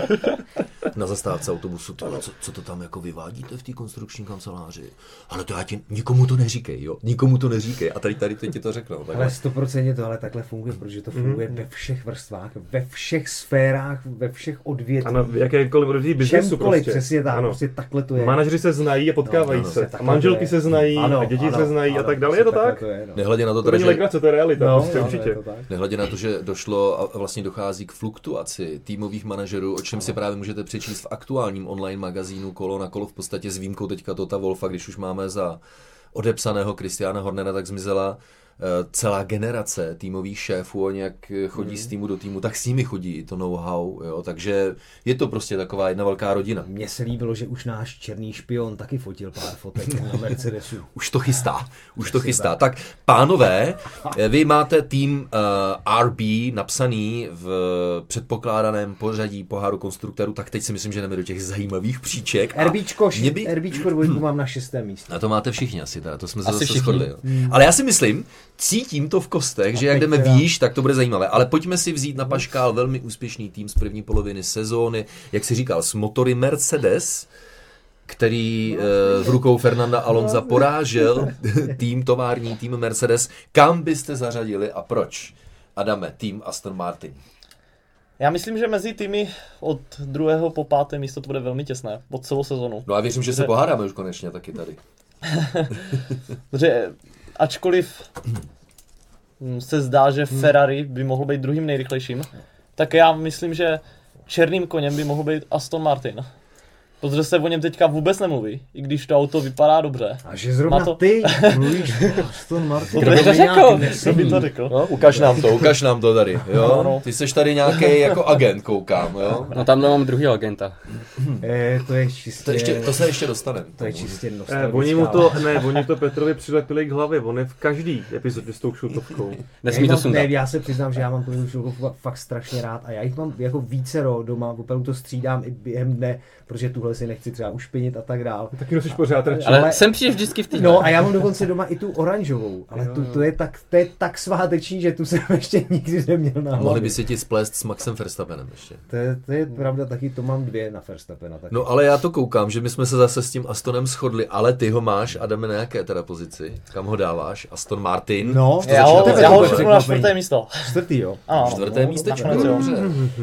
Na zastávce autobusu, co to tam jako vyvádíte v té konstrukční kanceláři? Ale to nikomu to neříkej, jo? Nikomu to neříkej. A tady ti to řeknou. Ale 100% to ale takhle funguje, protože to funguje ve všech vrstvách, ve všech sférách, ve všech odvětvích. Ano, v jakékoliv odvětví biznesu prostě. Přesně tak, prostě takhle to je. Manažeři se znají a potkávají se. A manželky se znají, a děti se znají a tak dále. Je to tak? Nehledě na to, to není legrace, to je realita, prostě určitě. Nehledě na to, že došlo a vlastně dochází k fluktuaci týmových manažerů, o čem si právě můžete přečíst v aktuálním online magazínu Kolo na kolo, v podstatě s výjimkou teďka Tota Wolfa, když už máme za odepsaného Christiana Hornera, tak zmizela celá generace týmových šéfů, oni jak chodí z týmu do týmu, tak s nimi chodí to know-how, jo, takže je to prostě taková jedna velká rodina. Mně se líbilo, že už náš černý špion taky fotil pár fotek na Mercedesu. Už to chystá. Tak pánové, vy máte tým RB napsaný v předpokládaném pořadí poháru konstruktorů, tak teď si myslím, že jdeme do těch zajímavých příček. RBčko dvojku mám na 6. místě. A to máte všichni asi, to jsme se zase shodli. Ale já si myslím, cítím to v kostech, že jak jdeme výš, tak to bude zajímavé. Ale pojďme si vzít na paškál velmi úspěšný tým z první poloviny sezóny, jak si říkal, s motory Mercedes, který v rukou Fernanda Alonsa porážel tovární tým Mercedes. Kam byste zařadili a proč? Adame, tým Aston Martin. Já myslím, že mezi týmy od 2. po 5. místo to bude velmi těsné, pod celou sezonu. No a věřím, že se pohádáme už konečně taky tady. Protože ačkoliv se zdá, že Ferrari by mohl být druhým nejrychlejším, tak já myslím, že černým koněm by mohl být Aston Martin. Protože se o něm teďka vůbec nemluví, i když to auto vypadá dobře. A že zrovna ty mluvíš Aston Martin. Kdo by to řekl? Kdo by to řekl? No, ukaž nám to tady, jo? No. Ty seš tady nějaký jako agent, koukám, jo? No tam mám druhý agenta. To je čistě... To se ještě dostaneme. To je čistě Oni to Petrovi přilepili k hlavě, on je v každý epizodě s tou šutovkou. Nesmí to sundat. Já se přiznám, že já mám tu šutovku fakt strašně rád a já jich mám jako vícero doma, opravdu to střídám i během dne, protože tuhle si nechci třeba ušpinit a tak dál. Taky nosíš pořád radši. Ale sem přijdeš vždycky v týdne. No a já mám dokonce doma i tu oranžovou, ale to je tak sváteční, že tu jsem ještě nikdy neměl na hlavě. Mohli by si ti splést s Maxem Verstappenem ještě. To je pravda, taky to mám 2 na Verstappena. Taky. No ale já to koukám, že my jsme se zase s tím Astonem shodli, ale ty ho máš, Adame, na jaké teda pozici? Kam ho dáváš? Aston Martin? No, já ho šupnu na 4. místo. 4. jo. Ano, 4. místečko, dobře.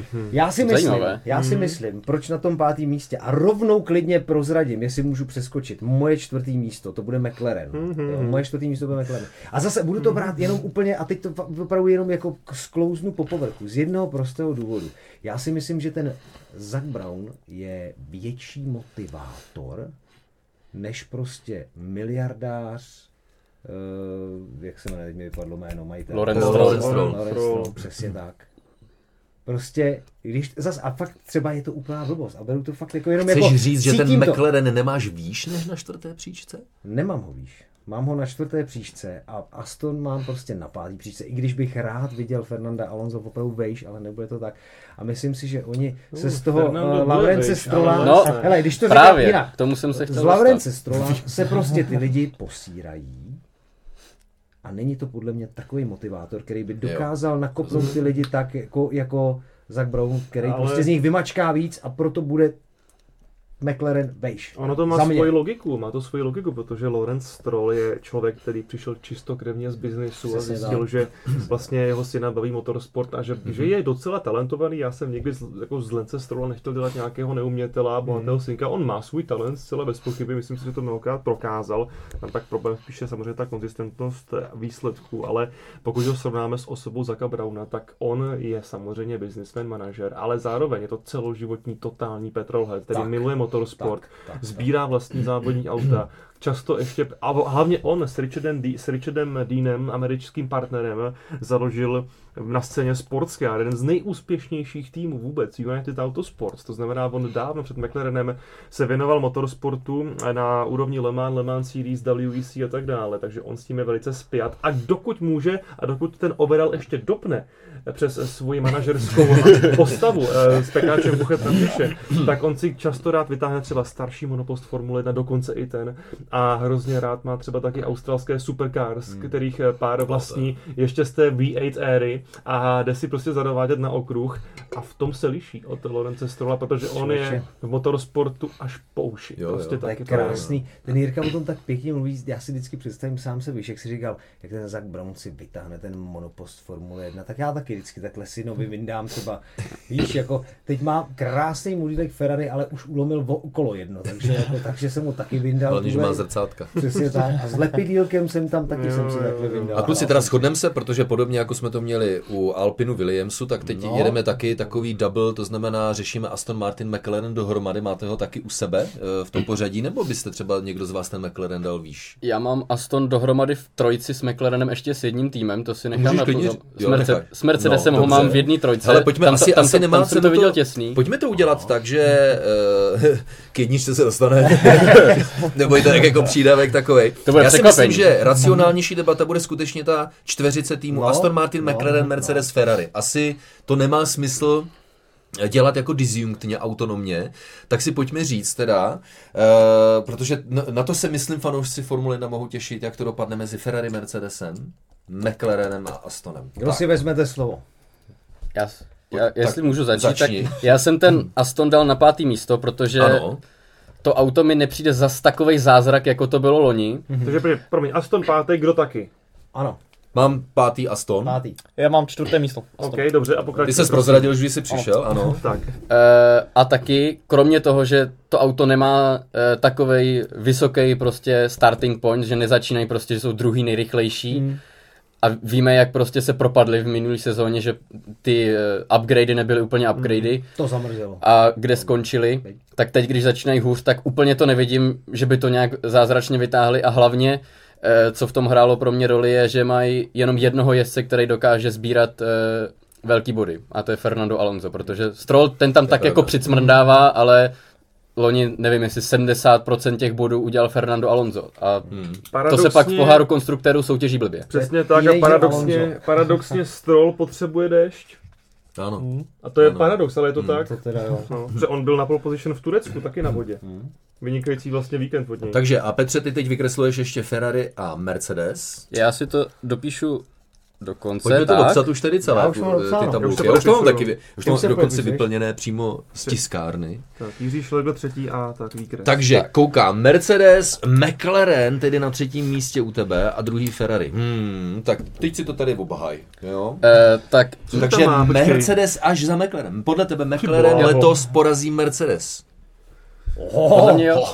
Já si myslím, proč na tom 5. místě a rovnou klidně prozradím, jestli můžu přeskočit. Moje 4. místo, to bude McLaren. Jo, moje 4. místo bude McLaren. A zase budu to brát jenom úplně, a teď to opravdu jenom jako sklouznu po povrchu, z jednoho prostého důvodu. Já si myslím, že ten Zak Brown je větší motivátor, než prostě miliardář jak se jmenuje, teď mi vypadlo jméno, majitel. Lawrence Stroll. Přesně tak. Prostě, když zas, a fakt třeba je to úplná blbost a beru to fakt jako jenom Chceš jako... říct, že ten cítím to. McLaren nemáš výš než na 4. příčce? Nemám ho výš. Mám ho na 4. příčce a Aston mám prostě na 5. příčce, i když bych rád viděl Fernanda Alonso opravdu vejš, ale nebude to tak. A myslím si, že oni se z toho Lawrence Strolla... No, hele, když to právě, říkám jinak, k tomu jsem se chtěl z Lawrence Strolla se prostě ty lidi posírají a není to podle mě takový motivátor, který by dokázal nakopnout ty lidi tak jako Zach Brown, který prostě z nich vymačká víc a proto bude McLaren vejš. Ono to má svoji logiku, protože Lawrence Stroll je člověk, který přišel čistokrevně z biznesu a zjistil, že vlastně jeho syna baví motorsport a že je docela talentovaný. Já jsem někdy jako z Lance Strolla nechtěl dělat nějakého neumětela, bohatého synka. On má svůj talent zcela bez pochyby, myslím si, že to mnohokrát prokázal. Tam tak problém spíše samozřejmě ta konzistentnost výsledků, ale pokud ho srovnáme s osobou Zacha Browna, tak on je samozřejmě businessman, manažer, ale zároveň je to celoživotní totální petrolhead, který miluje motorsport, sbírá vlastní závodní auta, často ještě, a hlavně on s Richardem Deanem, americkým partnerem, založil na scéně Sportscar, jeden z nejúspěšnějších týmů vůbec, United Autosports, to znamená, on dávno před McLarenem se věnoval motorsportu na úrovni Le Mans Series, WEC a tak dále, takže on s tím je velice spjat a dokud může a dokud ten overall ještě dopne přes svoji manažerskou postavu s pekáčem Buchetem Fiše, tak on si často rád vytáhne třeba starší monopost Formule 1, dokonce i ten, a hrozně rád má třeba taky australské supercars, kterých pár vlastní ještě z té V8 éry a jde si prostě zadovádět na okruh a v tom se liší od Lawrence Strolla, protože on je v motorsportu až po uši. Prostě to je krásný. Ten Jirka o tom tak pěkně mluví, já si vždycky představím sám se, víš, jak si říkal, jak ten Zach Brown si vytáhne ten monopost Formule 1, tak já taky vždycky takhle synovi vyndám třeba, víš, jako teď má krásný modílek Ferrari, ale už ulomil kolo jedno, takže jsem mu taky vyndal. Hlavně, že má zrcátka. Přesně tak. A s lepidílkem jsem tam taky jsem si takhle vyndal. A kluci, teda shodneme se, protože podobně jako jsme to měli u Alpinu Williamsu, tak teď jedeme taky takový double, to znamená řešíme Aston Martin McLaren dohromady, máte ho taky u sebe v tom pořadí, nebo byste třeba někdo z vás ten McLaren dal výš? Já mám Aston dohromady v trojici s McLarenem ještě s jedním týmem, to si nechám na s Mercedesem ho mám v jedné trojce. Ale pojďme, asi nemá jsem to viděl těsný. Pojďme to udělat tak, že k jedničce se dostane, nebo je to jako přídavek takovej. Já si myslím, že racionálnější debata bude skutečně ta čtveřice týmu Aston Martin, McLaren, Mercedes, Ferrari. Asi to nemá smysl dělat jako disjunktně, autonomně, tak si pojďme říct teda, protože na to se myslím fanoušci Formule 1 mohou těšit, jak to dopadne mezi Ferrari, Mercedesem, McLarenem a Astonem. Kdo si vezmete slovo? Jestli můžu začít, tak já jsem ten Aston dal na 5. místo, protože to auto mi nepřijde zas takovej zázrak, jako to bylo loni. Takže promiň, Aston 5, kdo taky? Ano. Mám 5. Aston. Já mám 4. místo. OK, dobře, a pokračuj. Ty ses prozradil, že jsi přišel, ano. Tak. A taky, kromě toho, že to auto nemá takovej vysoký prostě starting point, že nezačínají prostě, že jsou druhý nejrychlejší. A víme, jak prostě se propadly v minulý sezóně, že ty upgradey nebyly úplně upgradey. To zamrzelo. A kde skončili, tak teď, když začínají hůř, tak úplně to nevidím, že by to nějak zázračně vytáhli a hlavně, co v tom hrálo pro mě roli, je, že mají jenom jednoho jezdce, který dokáže sbírat velký body. A to je Fernando Alonso, protože Stroll ten tam tak jako přicmrdává, ale loni, nevím, jestli 70% těch bodů udělal Fernando Alonso. A to se pak v poháru konstruktérů soutěží blbě. Přesně tak a paradoxně Stroll potřebuje déšť. Ano. A to je paradox, ale je to tak. To teda jo. Že on byl na pole position v Turecku, taky na vodě. Vynikající vlastně víkend od něj. Takže a Petře, ty teď vykresluješ ještě Ferrari a Mercedes. Já si to dopíšu do konce. Pojďme to dopsat už tedy celé ty tabulky. Já už to mám taky, už to mám dokonce vyplněné přímo z tiskárny. Tak, Jiří Šlegl 3. a tak výkres. Takže koukám, Mercedes, McLaren tedy na 3. místě u tebe a druhý Ferrari. Tak teď si to tady obahaj, jo? Takže Mercedes až za McLaren. Podle tebe McLaren letos porazí Mercedes. Podle mě jo.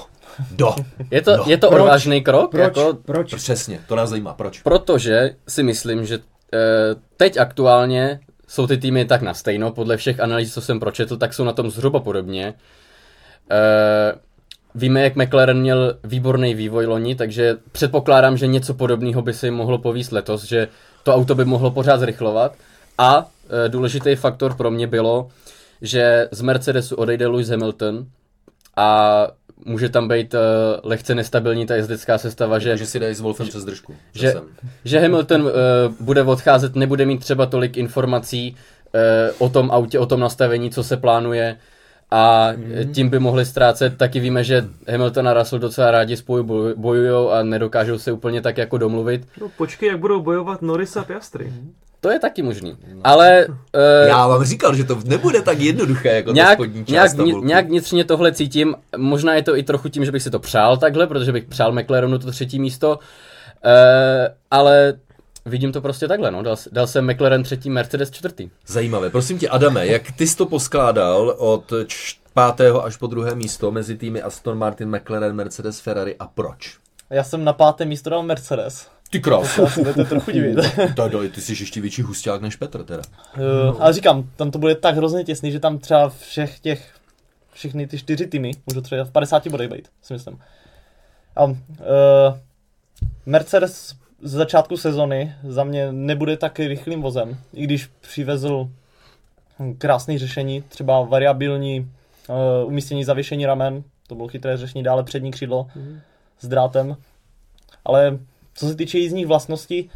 Je to odvážný krok? Proč? Přesně, to nás zajímá. Proč? Protože si myslím, že teď aktuálně jsou ty týmy tak na stejno, podle všech analýz, co jsem pročetl, tak jsou na tom zhruba podobně. víme, jak McLaren měl výborný vývoj loni, takže předpokládám, že něco podobného by se jim mohlo povíst letos, že to auto by mohlo pořád zrychlovat. A důležitý faktor pro mě bylo, že z Mercedesu odejde Lewis Hamilton a může tam být lehce nestabilní ta jezdecká sestava, že si dají s Wolfem přes držku. Že Hamilton bude odcházet, nebude mít třeba tolik informací o tom autě, o tom nastavení, co se plánuje a tím by mohli ztrácet. Taky víme, že Hamilton a Russell docela rádi spolu bojujou a nedokážou se úplně tak jako domluvit. No počkej, jak budou bojovat Norris a Piastri. To je taky možný, ale... Já vám říkal, že to nebude tak jednoduché jako ta spodní část tabulky. Nějak vnitřně tohle cítím, možná je to i trochu tím, že bych si to přál takhle, protože bych přál McLarenu to 3. místo, ale vidím to prostě takhle, no. Dal jsem McLaren 3., Mercedes 4. Zajímavé. Prosím tě, Adame, jak ty jsi to poskládal od 5. až po 2. místo mezi týmy Aston Martin, McLaren, Mercedes, Ferrari a proč? Já jsem na 5. místo dal Mercedes. Ty krás. To budete trochu divit. Ty jsi ještě větší husťák než Petr teda. Ale říkám, tam to bude tak hrozně těsný, že tam třeba všechny ty 4 týmy můžou třeba v 50 bodech být, si myslím. A Mercedes z začátku sezony za mě nebude tak rychlým vozem, i když přivezl krásné řešení, třeba variabilní umístění zavěšení ramen, to bylo chytré řešení, dále přední křídlo s drátem, ale co se týče jízdních vlastností,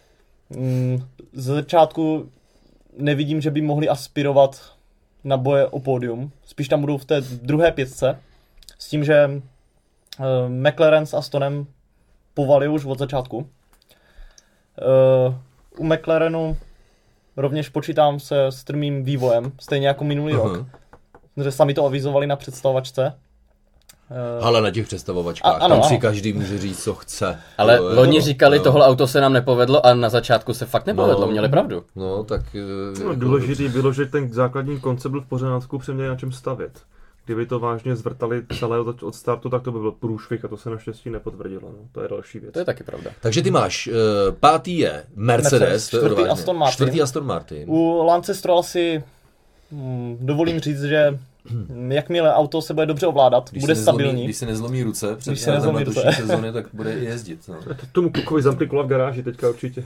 z začátku nevidím, že by mohli aspirovat na boje o pódium. Spíš tam budou v té druhé 5, s tím, že McLaren s Astonem povali už od začátku. U McLarenu rovněž počítám se strmým vývojem, stejně jako minulý rok. Že sami to avizovali na představovačce. Ale na těch představovačkách, tam si každý může říct, co chce. Ale loni říkali, tohle auto se nám nepovedlo a na začátku se fakt nepovedlo, měli pravdu. No, tak... Důležitý bylo, že ten základní koncept byl v pořádku, přeměli na čem stavět. Kdyby to vážně zvrtali celé od startu, tak to by byl průšvih a to se naštěstí nepotvrdilo. No. To je další věc. To je taky pravda. Takže ty máš, 5. je Mercedes, 4. Aston Martin. 4. Aston Martin. U Lance Strolla si dovolím říct, že jakmile auto se bude dobře ovládat, bude stabilní. Když se nezlomí ruce před letošní sezóny, tak bude i jezdit. No. Tomu Kukovi zamkli kola v garáži teďka určitě.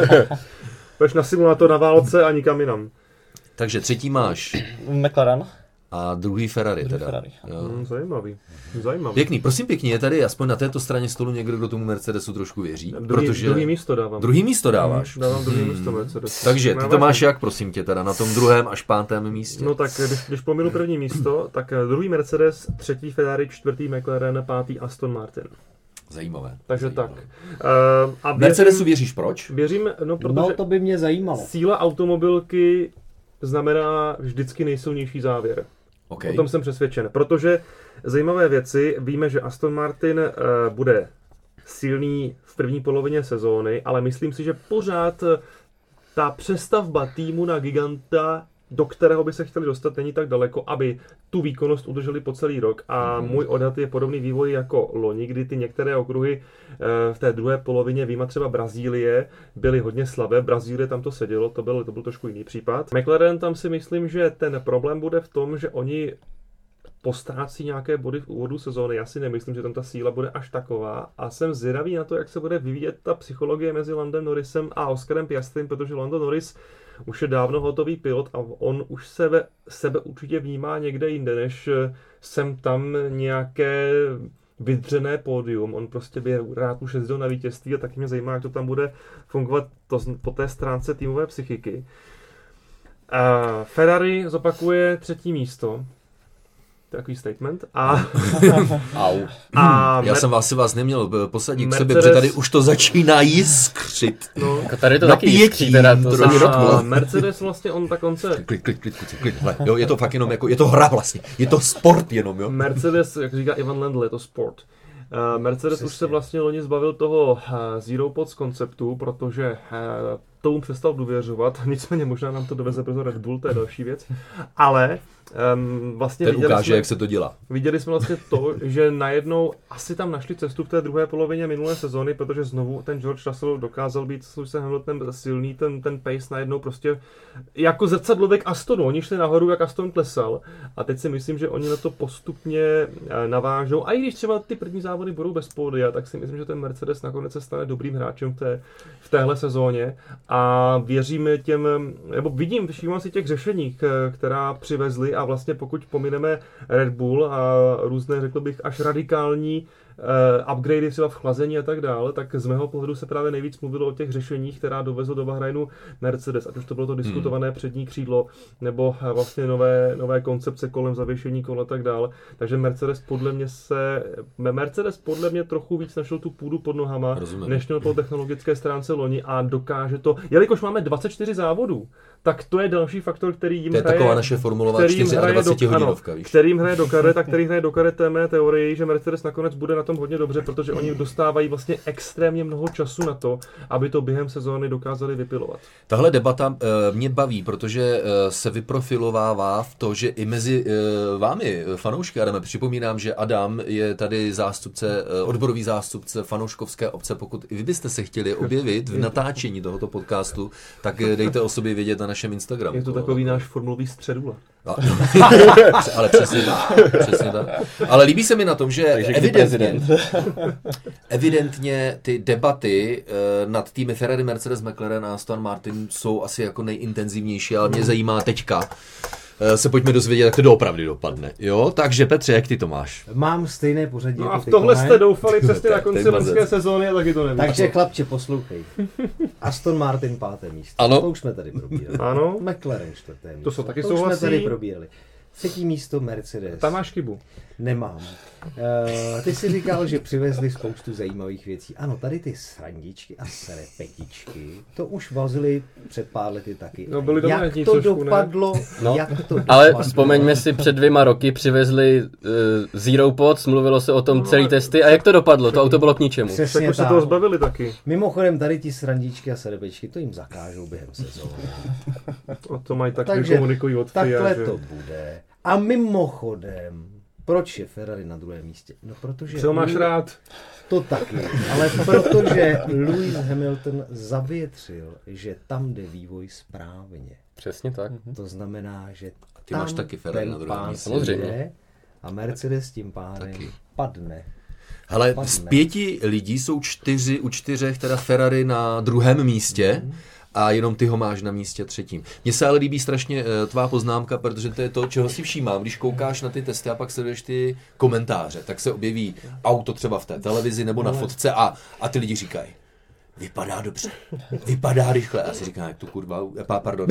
Půjdeš na simulátor na válce a nikam jinam. Takže 3. máš McLaren. A 2. Ferrari teda. Ferrari. Zajímavý. Pěkný, prosím pěkně, je tady aspoň na této straně stolu někdo, kdo tomu Mercedesu trošku věří. Druhý místo dávám. Druhý místo dáváš? Dávám druhý místo Mercedesu. Takže ty to máš jak, prosím tě, teda na tom 2. až 5. místě? No tak, když pominu první místo, tak 2. Mercedes, 3. Ferrari, 4. McLaren, 5. Aston Martin. Zajímavé. Takže zajímavé. tak. A Mercedesu věříš proč? Věřím, protože to by mě zajímalo. síla automobilky znamená vždycky nejsilnější závěr. Okay. O tom jsem přesvědčen, protože zajímavé věci, víme, že Aston Martin bude silný v první polovině sezóny, ale myslím si, že pořád ta přestavba týmu na giganta, do kterého by se chtěli dostat, není tak daleko, aby tu výkonnost udrželi po celý rok. A můj odhad je podobný vývoj jako loni, kdy ty některé okruhy v té druhé polovině, výjima třeba Brazílie, byly hodně slabé. Brazílie tam to sedělo, to byl trošku jiný případ. McLaren tam si myslím, že ten problém bude v tom, že oni postrácí nějaké body v úvodu sezóny. Já si nemyslím, že tam ta síla bude až taková a jsem zvědavý na to, jak se bude vyvíjet ta psychologie mezi Landem Norrisem a Oscarem Piastrym, protože Lando Norris už je dávno hotový pilot a on už sebe určitě vnímá někde jinde, než sem tam nějaké vydřené pódium. On prostě by rád už jezdil na vítězství a taky mě zajímá, jak to tam bude fungovat po té stránce týmové psychiky. Ferrari zopakuje 3. místo. Takový statement. Já jsem vás neměl posadit k sobě, protože tady už to začíná jiskřit. No. Tady to taky jiskří, teda to se mi dotklo. Mercedes vlastně on tak konce... Klid. Jo, je to fakt jenom jako, je to hra vlastně, je to sport jenom, jo. Mercedes, jak říká Ivan Lendl, je to sport. Mercedes už se vlastně loni zbavil toho Zero Pods konceptu, protože tomu přestal důvěřovat, nicméně možná nám to doveze brzo Red Bull, to je další věc, ale vlastně ten ukáže, jak se to dělá. Viděli jsme vlastně to, že najednou asi tam našli cestu v té druhé polovině minulé sezony, protože znovu ten George Russell dokázal být s Lewisem Hamiltonem silný, ten pace najednou prostě jako zrcadlovek Astonu, oni šli nahoru, jak Aston klesal a teď si myslím, že oni na to postupně navážou a i když třeba ty první závody budou bez pódia, tak si myslím, že ten Mercedes nakonec se stane dobrým hráčem v téhle sezóně a věříme všímám si těch řešení, která přivezli a vlastně pokud pomineme Red Bull a různé, řekl bych, až radikální upgradey třeba v chlazení a tak dále, tak z mého pohledu se právě nejvíc mluvilo o těch řešeních, která dovezl do Bahrajnu Mercedes, ať už to bylo to diskutované přední křídlo, nebo vlastně nové koncepce kolem zavěšení kol a tak dále. Takže Mercedes podle mě trochu víc našel tu půdu pod nohama, než měl po technologické stránce loni a dokáže to, jelikož máme 24 závodů, tak to je další faktor, který jim hraje. To je taková naše formulová 24 hodinovka, víš. Kterým hraje do karet a který hraje do karet té mé teorii, že Mercedes nakonec bude na tom hodně dobře, protože oni dostávají vlastně extrémně mnoho času na to, aby to během sezóny dokázali vypilovat. Tahle debata mě baví, protože se vyprofilovává v to, že i mezi vámi, fanoušky, Adame, připomínám, že Adam je tady odborový zástupce fanouškovské obce. Pokud i vy byste se chtěli objevit v natáčení tohoto podcastu, tak dejte o sobě vědět na našem Instagramu. Je to takový náš formulový středula. Ale přesně tak. Ale líbí se mi na tom, že evidentně ty debaty nad týmy Ferrari, Mercedes, McLaren a Aston Martin jsou asi jako nejintenzivnější, ale mě zajímá teďka. Se pojďme dozvědět, jak to doopravdy dopadne. Jo, takže Petře, jak ty to máš? Mám stejné pořadí jako ty. A v tohle jste doufali přesně na konci loňské sezóny a taky to nevíš. Takže chlapče, poslouchej. Aston Martin 5. místo. Ano. To už jsme tady probírali. Ano. McLaren 4. místo. To jsou taky souhlasí. To už jsme tady probírali. 3. místo Mercedes. Tam máš chybu. Nemám. Ty jsi říkal, že přivezli spoustu zajímavých věcí. Ano, tady ty srandičky a serepetičky, to už vozili před pár lety taky. No, byli jak to dopadlo? No, jak to dopadlo? Ale vzpomeňme si, před 2 roky přivezli Zero Pods, mluvilo se o tom celý testy a jak to dopadlo? To auto bylo k ničemu. Přesně tak. Už se toho zbavili taky. Mimochodem tady ti srandičky a serepetičky, to jim zakážou během sezóny. To mají tak komunikují od FIA, takhle to bude. A mimochodem, proč je Ferrari na 2. místě? No protože... Co máš rád? To taky, ale protože Lewis Hamilton zavětřil, že tam jde vývoj správně. Přesně tak. To znamená, že ty máš taky Ferrari na 2. místě. Samozřejmě. A Mercedes tím pádem padne. Ale z 5 lidí jsou 4 u 4 teda Ferrari na 2. místě. A jenom ty ho máš na místě 3. Mně se ale líbí strašně tvá poznámka, protože to je to, čeho si všímám, když koukáš na ty testy a pak sleduješ ty komentáře, tak se objeví auto třeba v té televizi nebo na fotce a ty lidi říkají, vypadá dobře, vypadá rychle. A si říkám, jak to kurva, pardon.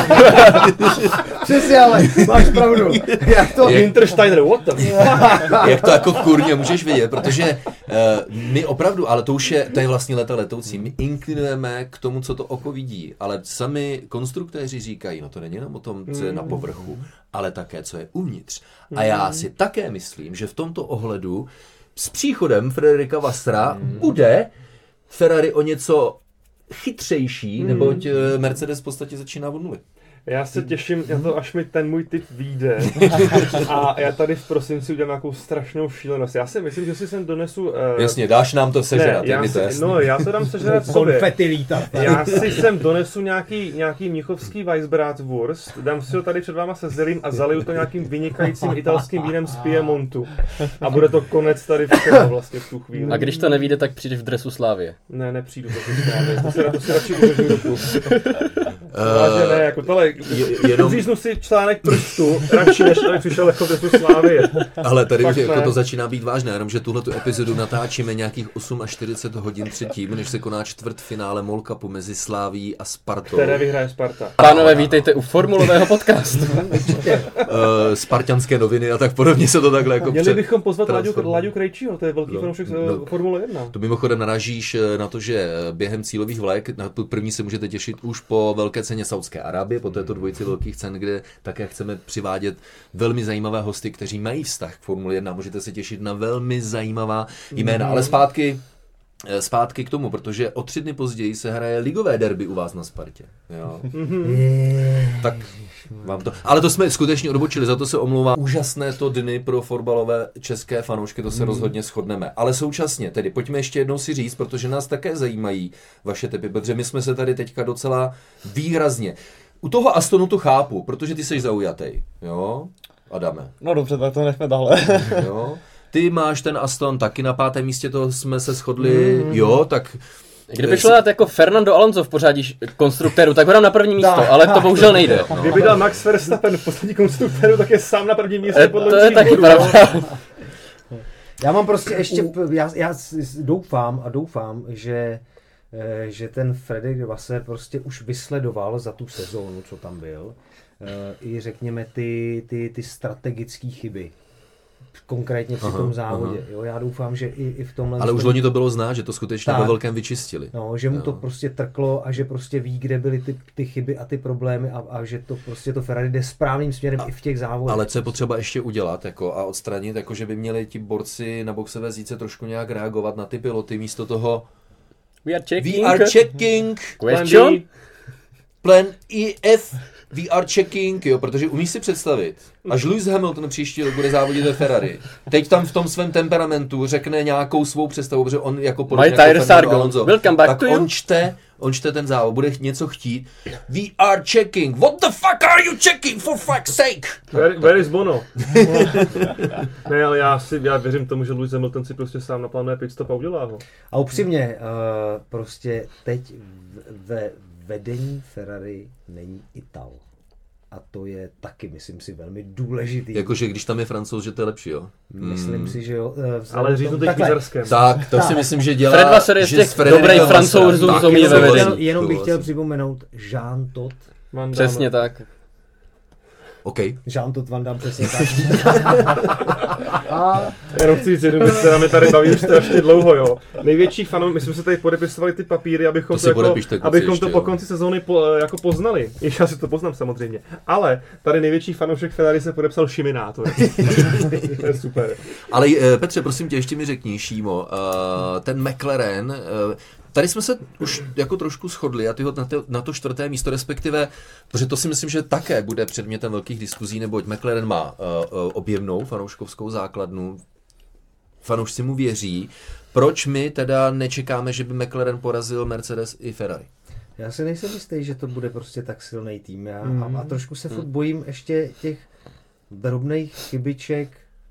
Přesně, ale máš pravdu. Jak to Hintersteiner, what the jak to jako kurně můžeš vidět, protože my opravdu, ale to je vlastně leta letoucí, my inklinujeme k tomu, co to oko vidí, ale sami konstruktéři říkají, no to není jenom o tom, co je na povrchu, ale také, co je uvnitř. A já si také myslím, že v tomto ohledu s příchodem Frederika Vassra bude Ferrari o něco chytřejší, neboť Mercedes v podstatě začíná od nuly. Já se těším na to, až mi ten můj tip vyjde. A já tady v prosinci udělám nějakou strašnou šílenost. Já si myslím, že si sem donesu... Jasně, dáš nám to sežrat. Já to dám sežrat sobě. Konfety lítat. Já si sem donesu nějaký mnichovský Weissbratwurst, dám si ho tady před váma se zelím a zaliju to nějakým vynikajícím italským vínem z Piemontu. A bude to konec tady všeho vlastně v tu chvíli. A když to nevíde, tak přijdeš v dresu Slávie. Ne, nepřijdu do Slávie. To si radši uložím ruku. Vážně ne, jako tohle, uříznu si článek prstu, radši než tady přišel jako v Slávie. Ale tady už jako to začíná být vážné, jenomže tuhletu epizodu natáčíme nějakých 48 hodin předtím, než se koná čtvrtfinále MOL Cupu mezi Slavií a Spartou. Které vyhraje Sparta. Pánové, vítejte u formulového podcastu. Spartanské noviny a tak podobně se to takhle jako měli bychom pozvat Láďu Krejčího, to je velký fanoušek Formule 1. To mimochodem narážíš na to, že během cílových vlek, na tu první se můžete těšit už po velké ceně Saudské Arábie, po této dvojici velkých cen, kde také chceme přivádět velmi zajímavé hosty, kteří mají vztah k Formule 1. Můžete se těšit na velmi zajímavá jména, ale zpátky zpátky k tomu, protože o 3 dny později se hraje ligové derby u vás na Spartě. Jo. Tak vám to... Ale to jsme skutečně odbočili, za to se omlouvám. Úžasné to dny pro fotbalové české fanoušky, to se rozhodně shodneme. Ale současně, tedy pojďme ještě jednou si říct, protože nás také zajímají vaše tipy, protože my jsme se tady teďka docela výrazně... U toho Astonu to chápu, protože ty jsi zaujatej, jo, Adame. No dobře, tak to nechme dále. Jo. Ty máš ten Aston taky na 5. místě, to jsme se shodli, jo, tak... Kdyby šlo dát jako Fernando Alonso v pořadí konstruktéru, tak ho dám na první místo, ale to bohužel nejde. No. Kdyby dal Max Verstappen v poslední konstruktéru, tak je sám na prvním místě podle to je taky pravda. Já mám prostě ještě, já doufám, že ten Fredrik Vasseur prostě už vysledoval za tu sezónu, co tam byl, i řekněme ty strategické chyby. Konkrétně při tom závodě. Jo, já doufám, že i v tomhle... Ale už loni to bylo znát, že to skutečně ve velkém vyčistili. No, že mu to prostě trklo a že prostě ví, kde byly ty chyby a ty problémy a že to prostě to Ferrari jde správným směrem i v těch závodech. Ale co je potřeba ještě udělat jako, a odstranit, jako, že by měli ti borci na boxové zíce trošku nějak reagovat na ty piloty místo toho We are checking. Question? Plan EF. We are checking, jo, protože umíš si představit, až Lewis Hamilton příští rok bude závodit ve Ferrari. Teď tam v tom svém temperamentu řekne nějakou svou představu, protože on jako podobně jako Fernando Alonso, tak on čte ten závod, bude něco chtít. We are checking. What the fuck are you checking for fuck's sake? Where is Bono? Ne, ale já věřím tomu, že Lewis Hamilton si prostě sám naplánuje pitstop a udělá ho. A upřímně, prostě teď ve vedení Ferrari není Ital. A to je taky, myslím si, velmi důležitý. Jakože když tam je Francouz, že to je lepší, jo? Myslím si, že jo. Ale říct to teď Kizarském. Tak, to si myslím, že dělá... Fred Vasseur je z těch dobrých Francouzů, co mě ve vedení. Jenom bych chtěl připomenout Jean Todt. Přesně tak. OK. Jean Todt Van Damme, přesně tak. Jenom chci říct jednu věc, která mě tady baví už strašně dlouho, jo. Největší fanou, my jsme se tady podepisovali ty papíry, abychom to po konci sezóny jako poznali. Já si to poznám samozřejmě. Ale tady největší fanoušek Ferrari se podepsal Šiminátor. To je super. Ale Petře, prosím tě, ještě mi řekni, Šímo, ten McLaren... Tady jsme se už jako trošku shodli a na to 4. místo, respektive, protože to si myslím, že také bude předmětem velkých diskuzí, neboť McLaren má objevnou fanouškovskou základnu, fanoušci mu věří. Proč my teda nečekáme, že by McLaren porazil Mercedes i Ferrari? Já si nejsem jistý, že to bude prostě tak silný tým. A trošku se furt bojím ještě těch drobných chybiček,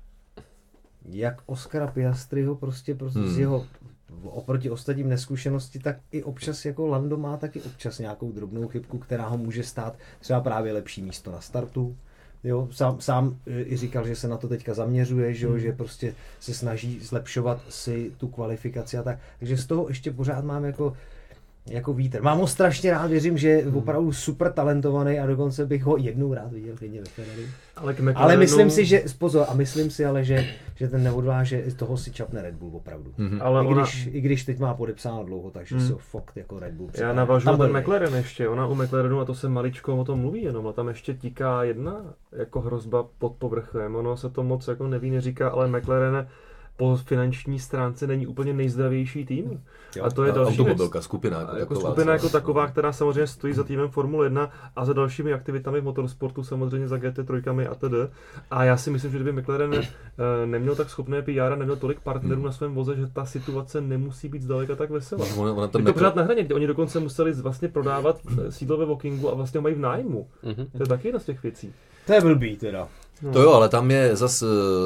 jak Oscara Piastriho prostě z jeho oproti ostatním neskušenosti, tak i občas jako Lando má taky občas nějakou drobnou chybku, která ho může stát třeba právě lepší místo na startu. Jo, sám i říkal, že se na to teďka zaměřuje, že prostě se snaží zlepšovat si tu kvalifikaci a tak. Takže z toho ještě pořád mám jako vítr. Mám ho strašně rád, věřím, že je opravdu super talentovaný a dokonce bych ho jednou rád viděl klidně ve Ferrari. Ale myslím si, že pozor, že ten neodváže, toho si čapne Red Bull opravdu. Ale I když teď má podepsáno dlouho, takže si ho fakt jako Red Bull připadá. Já navážu ten McLaren ještě, ona u McLarenu, a to se maličko o tom mluví jenom, a tam ještě tíká jedna jako hrozba pod povrchem. Ono se to moc jako neví, neříká, ale McLaren po finanční stránce není úplně nejzdravější tým. Jo, a to je další automobilka, skupina jako taková, která samozřejmě stojí za týmem Formule 1 a za dalšími aktivitami v motorsportu, samozřejmě za GT3 a td. A já si myslím, že kdyby McLaren neměl tak schopné PR a neměl tolik partnerů na svém voze, že ta situace nemusí být zdaleka tak veselá. Je to pořád na hraně, kdy oni dokonce museli vlastně prodávat sídlo ve Wokingu a vlastně ho mají v nájmu. To je taky jedna z těch věcí. To je blbý teda. No. To jo, ale tam je zas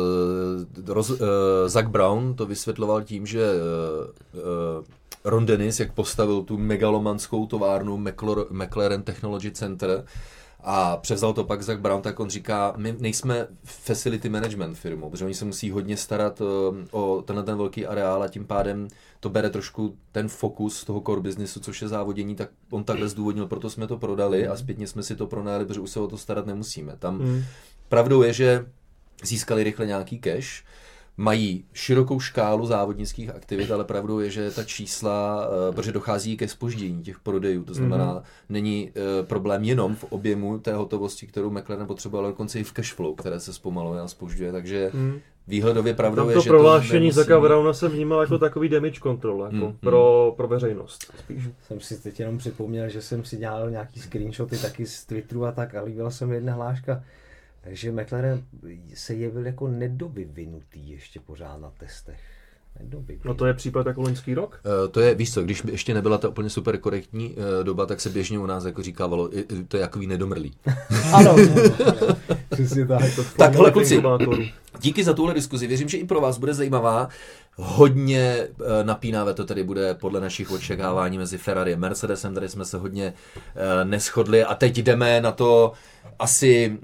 Zak Brown to vysvětloval tím, že Ron Dennis, jak postavil tu megalomanskou továrnu McLaren Technology Center a převzal to pak Zak Brown, tak on říká, my nejsme facility management firmou, protože oni se musí hodně starat o ten velký areál a tím pádem to bere trošku ten fokus toho core businessu, což je závodění, tak on takhle zdůvodnil, proto jsme to prodali a zpětně jsme si to pronajali, protože už se o to starat nemusíme. Tam pravdou je, že získali rychle nějaký cash, mají širokou škálu závodnických aktivit, ale pravdou je, že ta čísla, protože dochází ke zpoždění těch prodejů, to znamená, není problém jenom v objemu té hotovosti, kterou McLaren potřeboval, ale dokonce i v cashflow, které se zpomaluje a zpožďuje, takže výhledově pravdou je, to že prohlášení to Zacka Browna jsem vnímal jako takový damage control, jako pro veřejnost. Spíš. Jsem si teď jenom připomněl, že jsem si dělal nějaký screenshoty taky z Twitteru a tak a líbila se mi jedna hláška, že McLaren se jevil jako nedovyvinutý ještě pořád na testech. No to je případ jako loňský rok? To je, víš co, když ještě nebyla ta úplně super korektní doba, tak se běžně u nás jako říkávalo, to je jakový nedomrlý. Ano. Přesně tak. Tak hele kluci, díky za tuhle diskuzi, věřím, že i pro vás bude zajímavá. Hodně napínavé to tady bude podle našich očekávání mezi Ferrari a Mercedesem, tady jsme se hodně neshodli a teď jdeme na to asi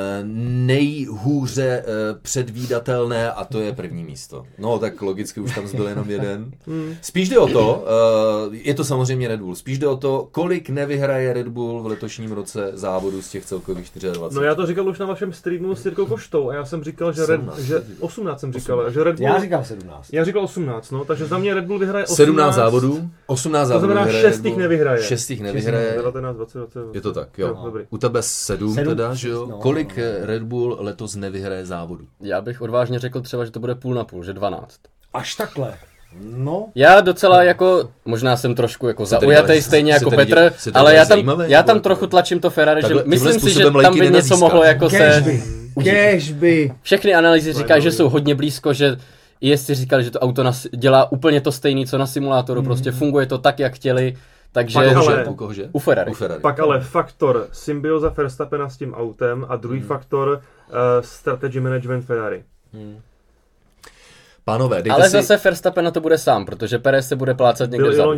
nejhůře předvídatelné a to je první místo. No tak logicky už tam zbyl jenom jeden. Spíš jde o to, je to samozřejmě Red Bull, spíš jde o to, kolik nevyhraje Red Bull v letošním roce závodu z těch celkových 24. No já to říkal už na vašem streamu s Jirkou Koštou a já jsem říkal, že 18 jsem říkal, 18. že Red Bull... Já říkal 17. Já říkal 18, no, takže za mě Red Bull vyhraje 18. 17 závodů, 18 závodů vyhraje. To znamená 6 nevyhraje. 6 nevyhraje. 19, 20, 20. Je to tak, jo. Dobrý. U tebe 7 teda, že jo? No, Kolik Red Bull letos nevyhraje závodu? Já bych odvážně řekl třeba, že to bude půl na půl, že 12. Až takhle. No. Já docela jako, možná jsem trošku jako zaujatý stejně jako Petr, ale já tam trochu tlačím to Ferrari, že myslím si, že tam by něco mohlo jako se... Cashby. Všechny analýzy říkají, že jsou hodně blízko, že jestli říkali, že to auto dělá úplně to stejné, co na simulátoru, prostě funguje to tak, jak chtěli, takže u Ferrari. Pak ale faktor symbioza Verstappena s tím autem a druhý faktor strategy management Ferrari. Pánové, dejte ale si... zase Verstappen na to bude sám, protože Perez se bude plácat někde vzadu.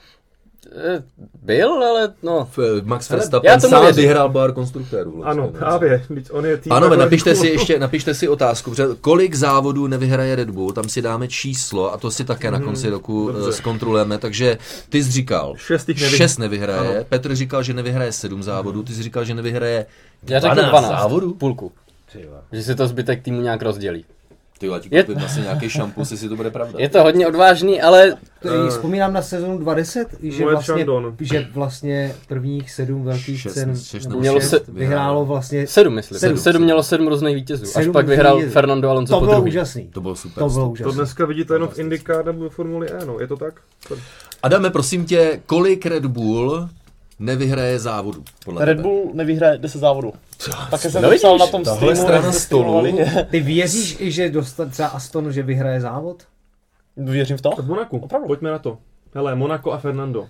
Byl, ale no... Max Verstappen sám vyhrál bar konstruktérů. Vlastně, ano, právě. On je tým. Pánové, napište si otázku, kolik závodů nevyhraje Red Bull, tam si dáme číslo a to si také na konci roku zkontrolujeme, takže ty jsi říkal 6 nevyhraje, ano. Petr říkal, že nevyhraje 7 závodů, ty jsi říkal, že nevyhraje 12 závodů? Půlku. Že si to zbytek týmu nějak rozdělí. Ty já ti koupím asi nějaký šampus, jestli to bude pravda. Je to hodně odvážný, ale... Vzpomínám na sezonu 20, že vlastně prvních 7 velkých cen vyhrálo vlastně... 7 myslím. 7 mělo 7 různých vítězů. Až pak vyhrál Fernando Alonso po druhý. To bylo úžasný. To bylo super. To dneska vidíte jenom v IndyCar nebo v Formuli E, no. Je to tak? Adame, prosím tě, kolik Red Bull nevyhraje závodu? Red Bull nevyhraje 10 závodů. Také jsem napsal na tom streamu. Ty věříš i, že dostat třeba Aston, že vyhraje závod? Věřím v to. V Monaku. Opravdu. Pojďme na to. Hele, Monaco a Fernando.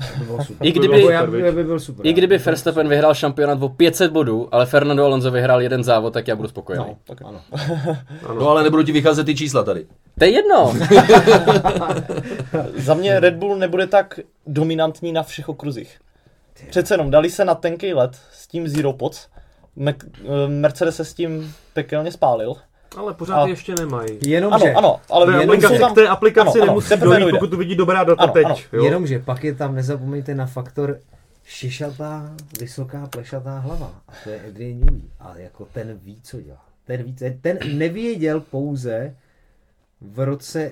I kdyby Verstappen vyhrál šampionát o 500 bodů, ale Fernando Alonso vyhrál jeden závod, tak já budu spokojený. No, tak ano. No ale nebudou ti vycházet ty čísla tady. To je jedno. Za mě Red Bull nebude tak dominantní na všech okruzích. Přece jenom dali se na tenký led s tím Zero Pods. Mercedes se s tím pekelně spálil. Ale pořád ještě nemají. Ano, ale k té aplikaci nemusí dojít, pokud tu vidí dobrá data teď. Jo? Jenomže pak je tam, nezapomeňte na faktor šišatá, vysoká, plešatá hlava. A to je Adrian Newey. A jako ten ví, co dělá. Ten nevěděl pouze v roce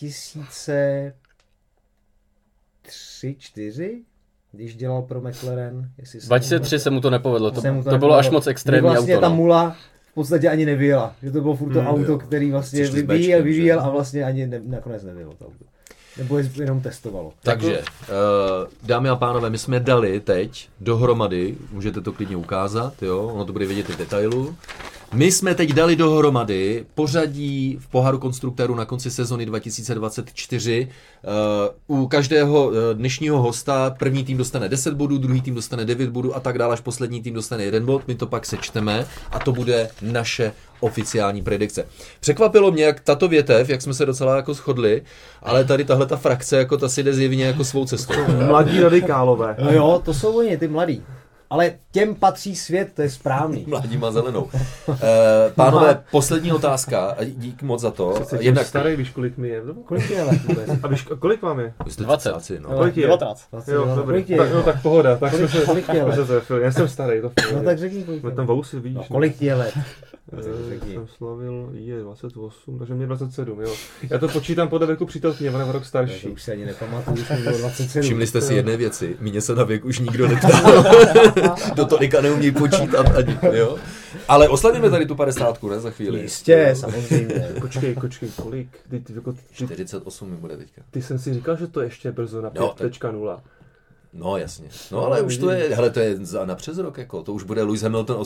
2003-2004, když dělal pro McLaren. 2003 se mu to nepovedlo, to bylo až moc extrémní vlastně auto. Ta mula v podstatě ani nevyjela, že to bylo furt to auto, který vlastně vyvíjel a vlastně ani nakonec nevyjelo to auto. Nebo jenom testovalo. Takže, dámy a pánové, my jsme dali teď dohromady, můžete to klidně ukázat, jo, ono to bude vidět i v detailu. My jsme teď dali dohromady pořadí v poháru konstruktérů na konci sezony 2024. U každého dnešního hosta první tým dostane 10 bodů, druhý tým dostane 9 bodů a tak dále, až poslední tým dostane 1 bod. My to pak sečteme a to bude naše oficiální predikce. Překvapilo mě, jak tato větev, jak jsme se docela jako shodli, ale tady tahle ta frakce, jako ta si jde zjevně jako svou cestou. Mladí radikálové. No jo, to jsou oni, ty mladí. Ale těm patří svět, to je správný. Mladí má zelenou. Pánové, poslední otázka. Dík moc za to. Jednak starý, víš, kolik mi je? Kolik je let vůbec? A víš, kolik vám je? 20. No. Kolik je? 19. Jo, dobrý. Tak pohoda. Tak kolik je let? Já jsem starý, to no tak řekni, kolik je. Tam vousy, vidíš. No, kolik je let? Jsem slavil je 28, takže mě 27, jo. Já to počítám podle věku přítelkyně, ona je v rok starší. To už se ani nepamatuju, že bylo 27. Všimli jste si jedné věci, míně se na věk už nikdo neptal. Do tolika neumí počítat ani, jo. Ale oslavíme tady tu 50, ne, za chvíli. Jistě, samozřejmě. Počkej, kolik? Ty 48 mi bude teďka. Ty jsem si říkal, že to ještě brzo na 5.0. No jasně, no ale už to je, hele to je na přes rok jako, to už bude Lewis Hamilton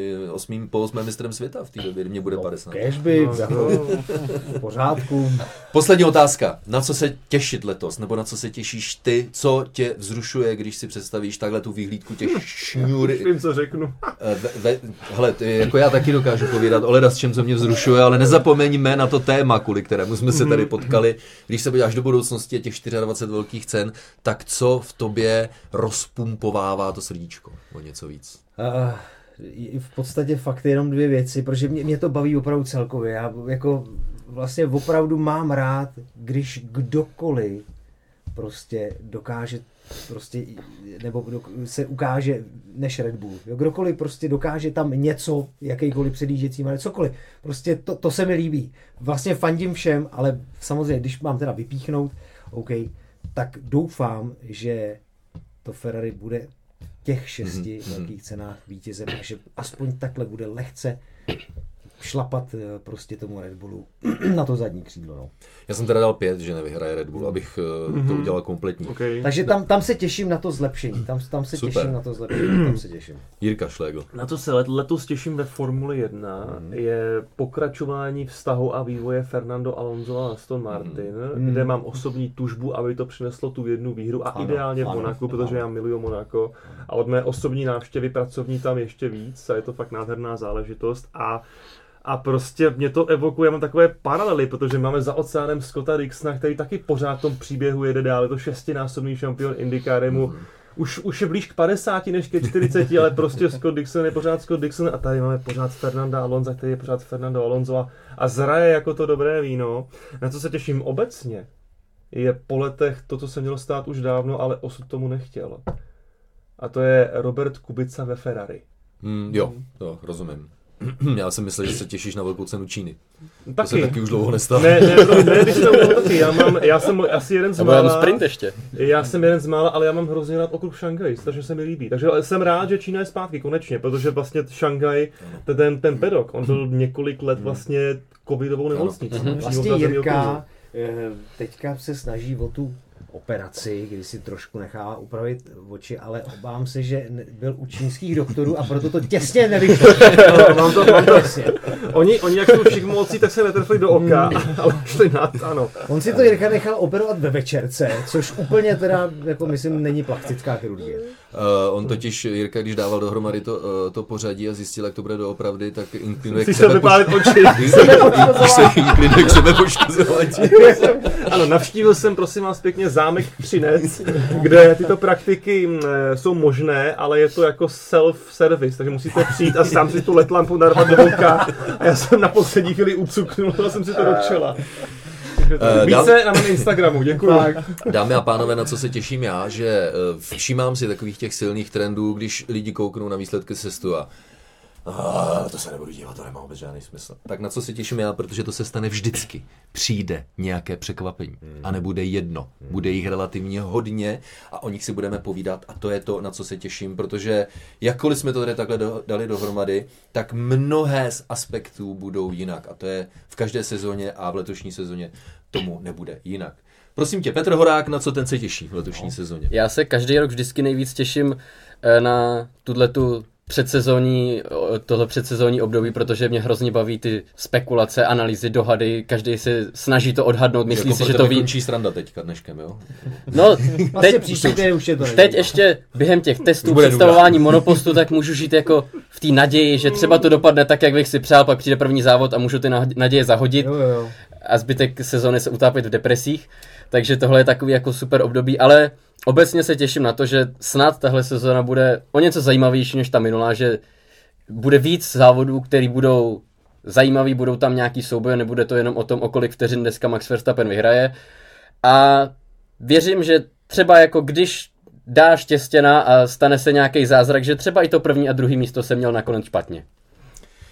8. mistrem světa v té době, kdy mě bude 50. Cashby, v pořádku. Poslední otázka, na co se těšit letos, nebo na co se těšíš ty, co tě vzrušuje, když si představíš takhle tu výhlídku těch šňůry. Už vím, co řeknu. Hele, jako já taky dokážu povídat o leda s čem, co mě vzrušuje, ale nezapomeňme na to téma, kvůli kterému jsme se tady potkali. Když se podíváš do budoucnosti těch 24 velkých cen, tak co v tobě rozpumpovává to srdíčko o něco víc? V podstatě fakt jenom dvě věci, protože mě to baví opravdu celkově. Já jako vlastně opravdu mám rád, když kdokoliv prostě dokáže prostě, nebo se ukáže než Red Bull. Jo, kdokoliv prostě dokáže tam něco, jakýkoliv předjížděcí má, cokoliv. Prostě to se mi líbí. Vlastně fandím všem, ale samozřejmě, když mám teda vypíchnout, OK, tak doufám, že to Ferrari bude v těch 6 velkých cenách vítězem a že aspoň takhle bude lehce šlapat prostě tomu Red Bullu na to zadní křídlo. No. Já jsem teda dal 5, že nevyhraje Red Bull, abych to udělal kompletní. Okay. Takže tam se těším na to zlepšení. Tam se těším na to zlepšení. Tam se těším. Jirka Šlégl. Na to se letos těším ve Formuli 1 je pokračování vztahu a vývoje Fernando Alonso a Aston Martin, kde mám osobní tužbu, aby to přineslo tu jednu výhru a ideálně v Monaku, protože já miluju Monako a od mé osobní návštěvy pracovní tam ještě víc a je to fakt nádherná záležitost a prostě mě to evokuje, mám takové paralely, protože máme za oceánem Scotta Dixona, který taky pořád v tom příběhu jede dál, je to 6násobný šampion IndyCar, už je blíž k 50 než ke 40, ale prostě Scott Dixon je pořád Scott Dixon a tady máme pořád Fernanda Alonso, který je pořád Fernando Alonso a zraje jako to dobré víno. Na co se těším obecně, je po letech to, co se mělo stát už dávno, ale osud tomu nechtěl. A to je Robert Kubica ve Ferrari. Jo, rozumím. Já jsem myslel, že se těšíš na velkou cenu Číny. Taky. To se taky už dlouho nestalo. Ne, když to taky. Já jsem asi jeden z mála. Sprint ještě. Já jsem jeden z mála, ale já mám hrozně rád okruh Šanghaj, takže se mi líbí. Takže jsem rád, že Čína je zpátky konečně, protože vlastně Šanghaj, ten pedok, on byl několik let vlastně covidovou nemocnicí. Vlastně Jirka teďka se snaží o tu operaci, kdy si trošku nechá upravit oči, ale obávám se, že byl u čínských doktorů a proto to těsně nevyšlo. Mám to těsně. Oni jak jsou šikmolci, tak se netrfli do oka, ale šli ano. On si to Jirka nechal operovat ve večerce, což úplně teda, jako myslím, není plastická chirurgie. On totiž, Jirka, když dával dohromady to pořadí a zjistil, jak to bude doopravdy, tak inklinuje k sebepoškozování. Ano, navštívil jsem, prosím vás pěkně, zámek Křinec, kde tyto praktiky jsou možné, ale je to jako self-service, takže musíte přijít a sám si tu letlampu narvat do oka a já jsem na poslední chvíli ucuknul a jsem si to do čela. Více na mém Instagramu, děkuji. Dámy a pánové, na co se těším já, že všímám si takových těch silných trendů, když lidi kouknou na výsledky sestu a to se nebudu dívat, to nemá vůbec žádný smysl. Tak na co se těším já, protože to se stane vždycky. Přijde nějaké překvapení a nebude jedno. Bude jich relativně hodně a o nich si budeme povídat a to je to, na co se těším, protože jakkoliv jsme to tady takhle dali dohromady, tak mnohé z aspektů budou jinak a to je v každé sezóně a v letošní sezóně tomu nebude jinak. Prosím tě, Petr Horák, na co ten se těší v letošní sezóně? Já se každý rok vždycky nejvíc těším na tohle předsezónní období, protože mě hrozně baví ty spekulace, analýzy, dohady, každý se snaží to odhadnout, myslí si, že to ví. Končí sranda teďka dneškem, jo? No, teď ještě během těch testů, představování monopostu, tak můžu žít jako v té naději, že třeba to dopadne tak, jak bych si přál, pak přijde první závod a můžu ty naděje zahodit a zbytek sezóny se utápět v depresích. Takže tohle je takový jako super období, ale obecně se těším na to, že snad tahle sezóna bude o něco zajímavější než ta minulá, že bude víc závodů, které budou zajímavý, budou tam nějaký souboje, nebude to jenom o tom, o kolik vteřin dneska Max Verstappen vyhraje. A věřím, že třeba jako když dá štěstěna a stane se nějaký zázrak, že třeba i to první a druhý místo se měl nakonec špatně.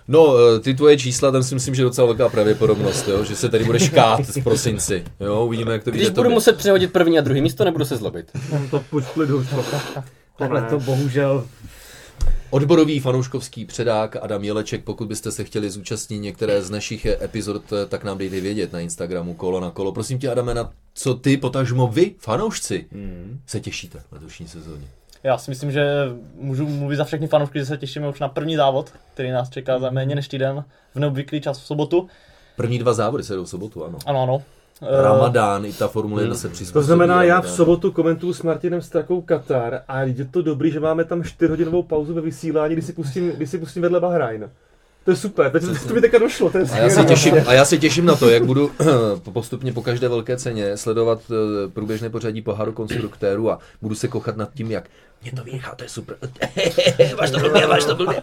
No, ty tvoje čísla, tam si myslím, že je docela velká pravděpodobnost, jo? Že se tady bude škát v prosinci. Jo? Uvidíme, jak to vyjde. Když budu muset přehodit první a druhý místo, nebudu se zlobit. To pojď v klidu. Takhle to bohužel... Odborový fanouškovský předák Adam Jeleček, pokud byste se chtěli zúčastnit některé z našich epizod, tak nám dejte vědět na Instagramu Kolo na kolo. Prosím tě, Adame, na co ty, potažmo vy, fanoušci, se těšíte v letošní sezóně? Já si myslím, že můžu mluvit za všechny fanoušky, že se těšíme už na první závod, který nás čeká za méně než týden v neobvyklý čas v sobotu. První 2 závody se jdou v sobotu, ano. Ano. Ramadán, i ta Formule 1 se přizpůsobí. To znamená, já v sobotu komentuju s Martinem Strakou Katar a je to dobrý, že máme tam 4hodinovou pauzu ve vysílání, kdy si pustím vedle Bahrajn. To je super, to mi teďka došlo. A já se těším na to, jak budu postupně po každé velké ceně sledovat průběžné pořadí poháru konstruktérů a budu se kochat nad tím, jak mě to vyjechá, to je super. Máš to blbě.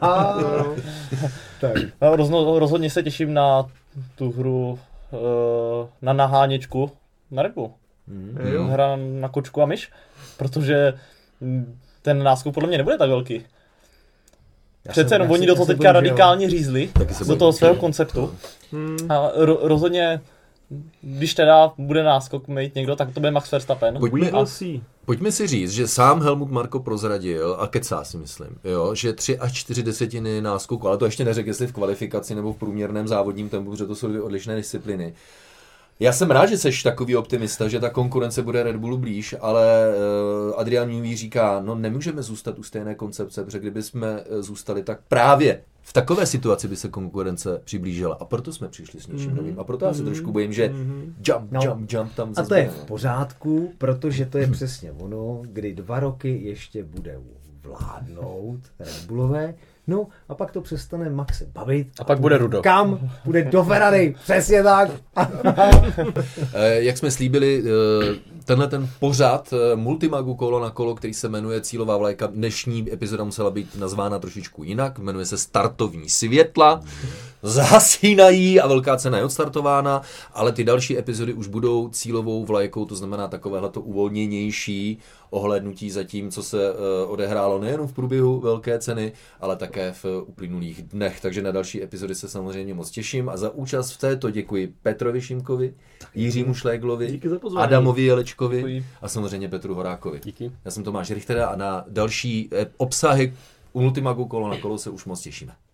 Rozhodně se těším na tu hru na naháněčku na Red Bull. Hra na kočku a myš, protože ten náskok podle mě nebude tak velký. Přece jenom oni do toho teďka radikálně řízli, do toho svého konceptu. A rozhodně, když teda bude náskok mít někdo, tak to bude Max Verstappen. Pojďme si říct, že sám Helmut Marko prozradil, a kecá si myslím, jo, že 3 až 4 desetiny náskoku, ale to ještě neřekl, jestli v kvalifikaci nebo v průměrném závodním tempu, protože to jsou 2 odlišné disciplíny. Já jsem rád, že seš takový optimista, že ta konkurence bude Red Bullu blíž, ale Adrian Newey říká, no nemůžeme zůstat u stejné koncepce, protože kdyby jsme zůstali, tak právě v takové situaci by se konkurence přiblížila. A proto jsme přišli s něčím novým. A proto já se trošku bojím, že jump tam zase. A to je v pořádku, protože to je přesně ono, kdy 2 roky ještě bude vládnout Red Bullové. No a pak to přestane Maxe bavit. A pak bude Rudo. Kam? Bude do Ferrari. Přesně tak. Jak jsme slíbili, tenhle ten pořad Multimagu Kolo na kolo, který se jmenuje Cílová vlajka, dnešní epizoda musela být nazvána trošičku jinak. Jmenuje se Startovní světla. Zhasínají a velká cena je odstartována, ale ty další epizody už budou cílovou vlajkou, to znamená takovéhleto uvolněnější ohlédnutí za tím, co se odehrálo nejen v průběhu velké ceny, ale také v uplynulých dnech. Takže na další epizody se samozřejmě moc těším a za účast v této děkuji Petrovi Šimkovi, Jiřímu Šléglovi, Adamovi Jelečkovi a samozřejmě Petru Horákovi. Díky. Já jsem Tomáš Richter a na další obsahy Multimagu Kolo na kolo se už moc těšíme.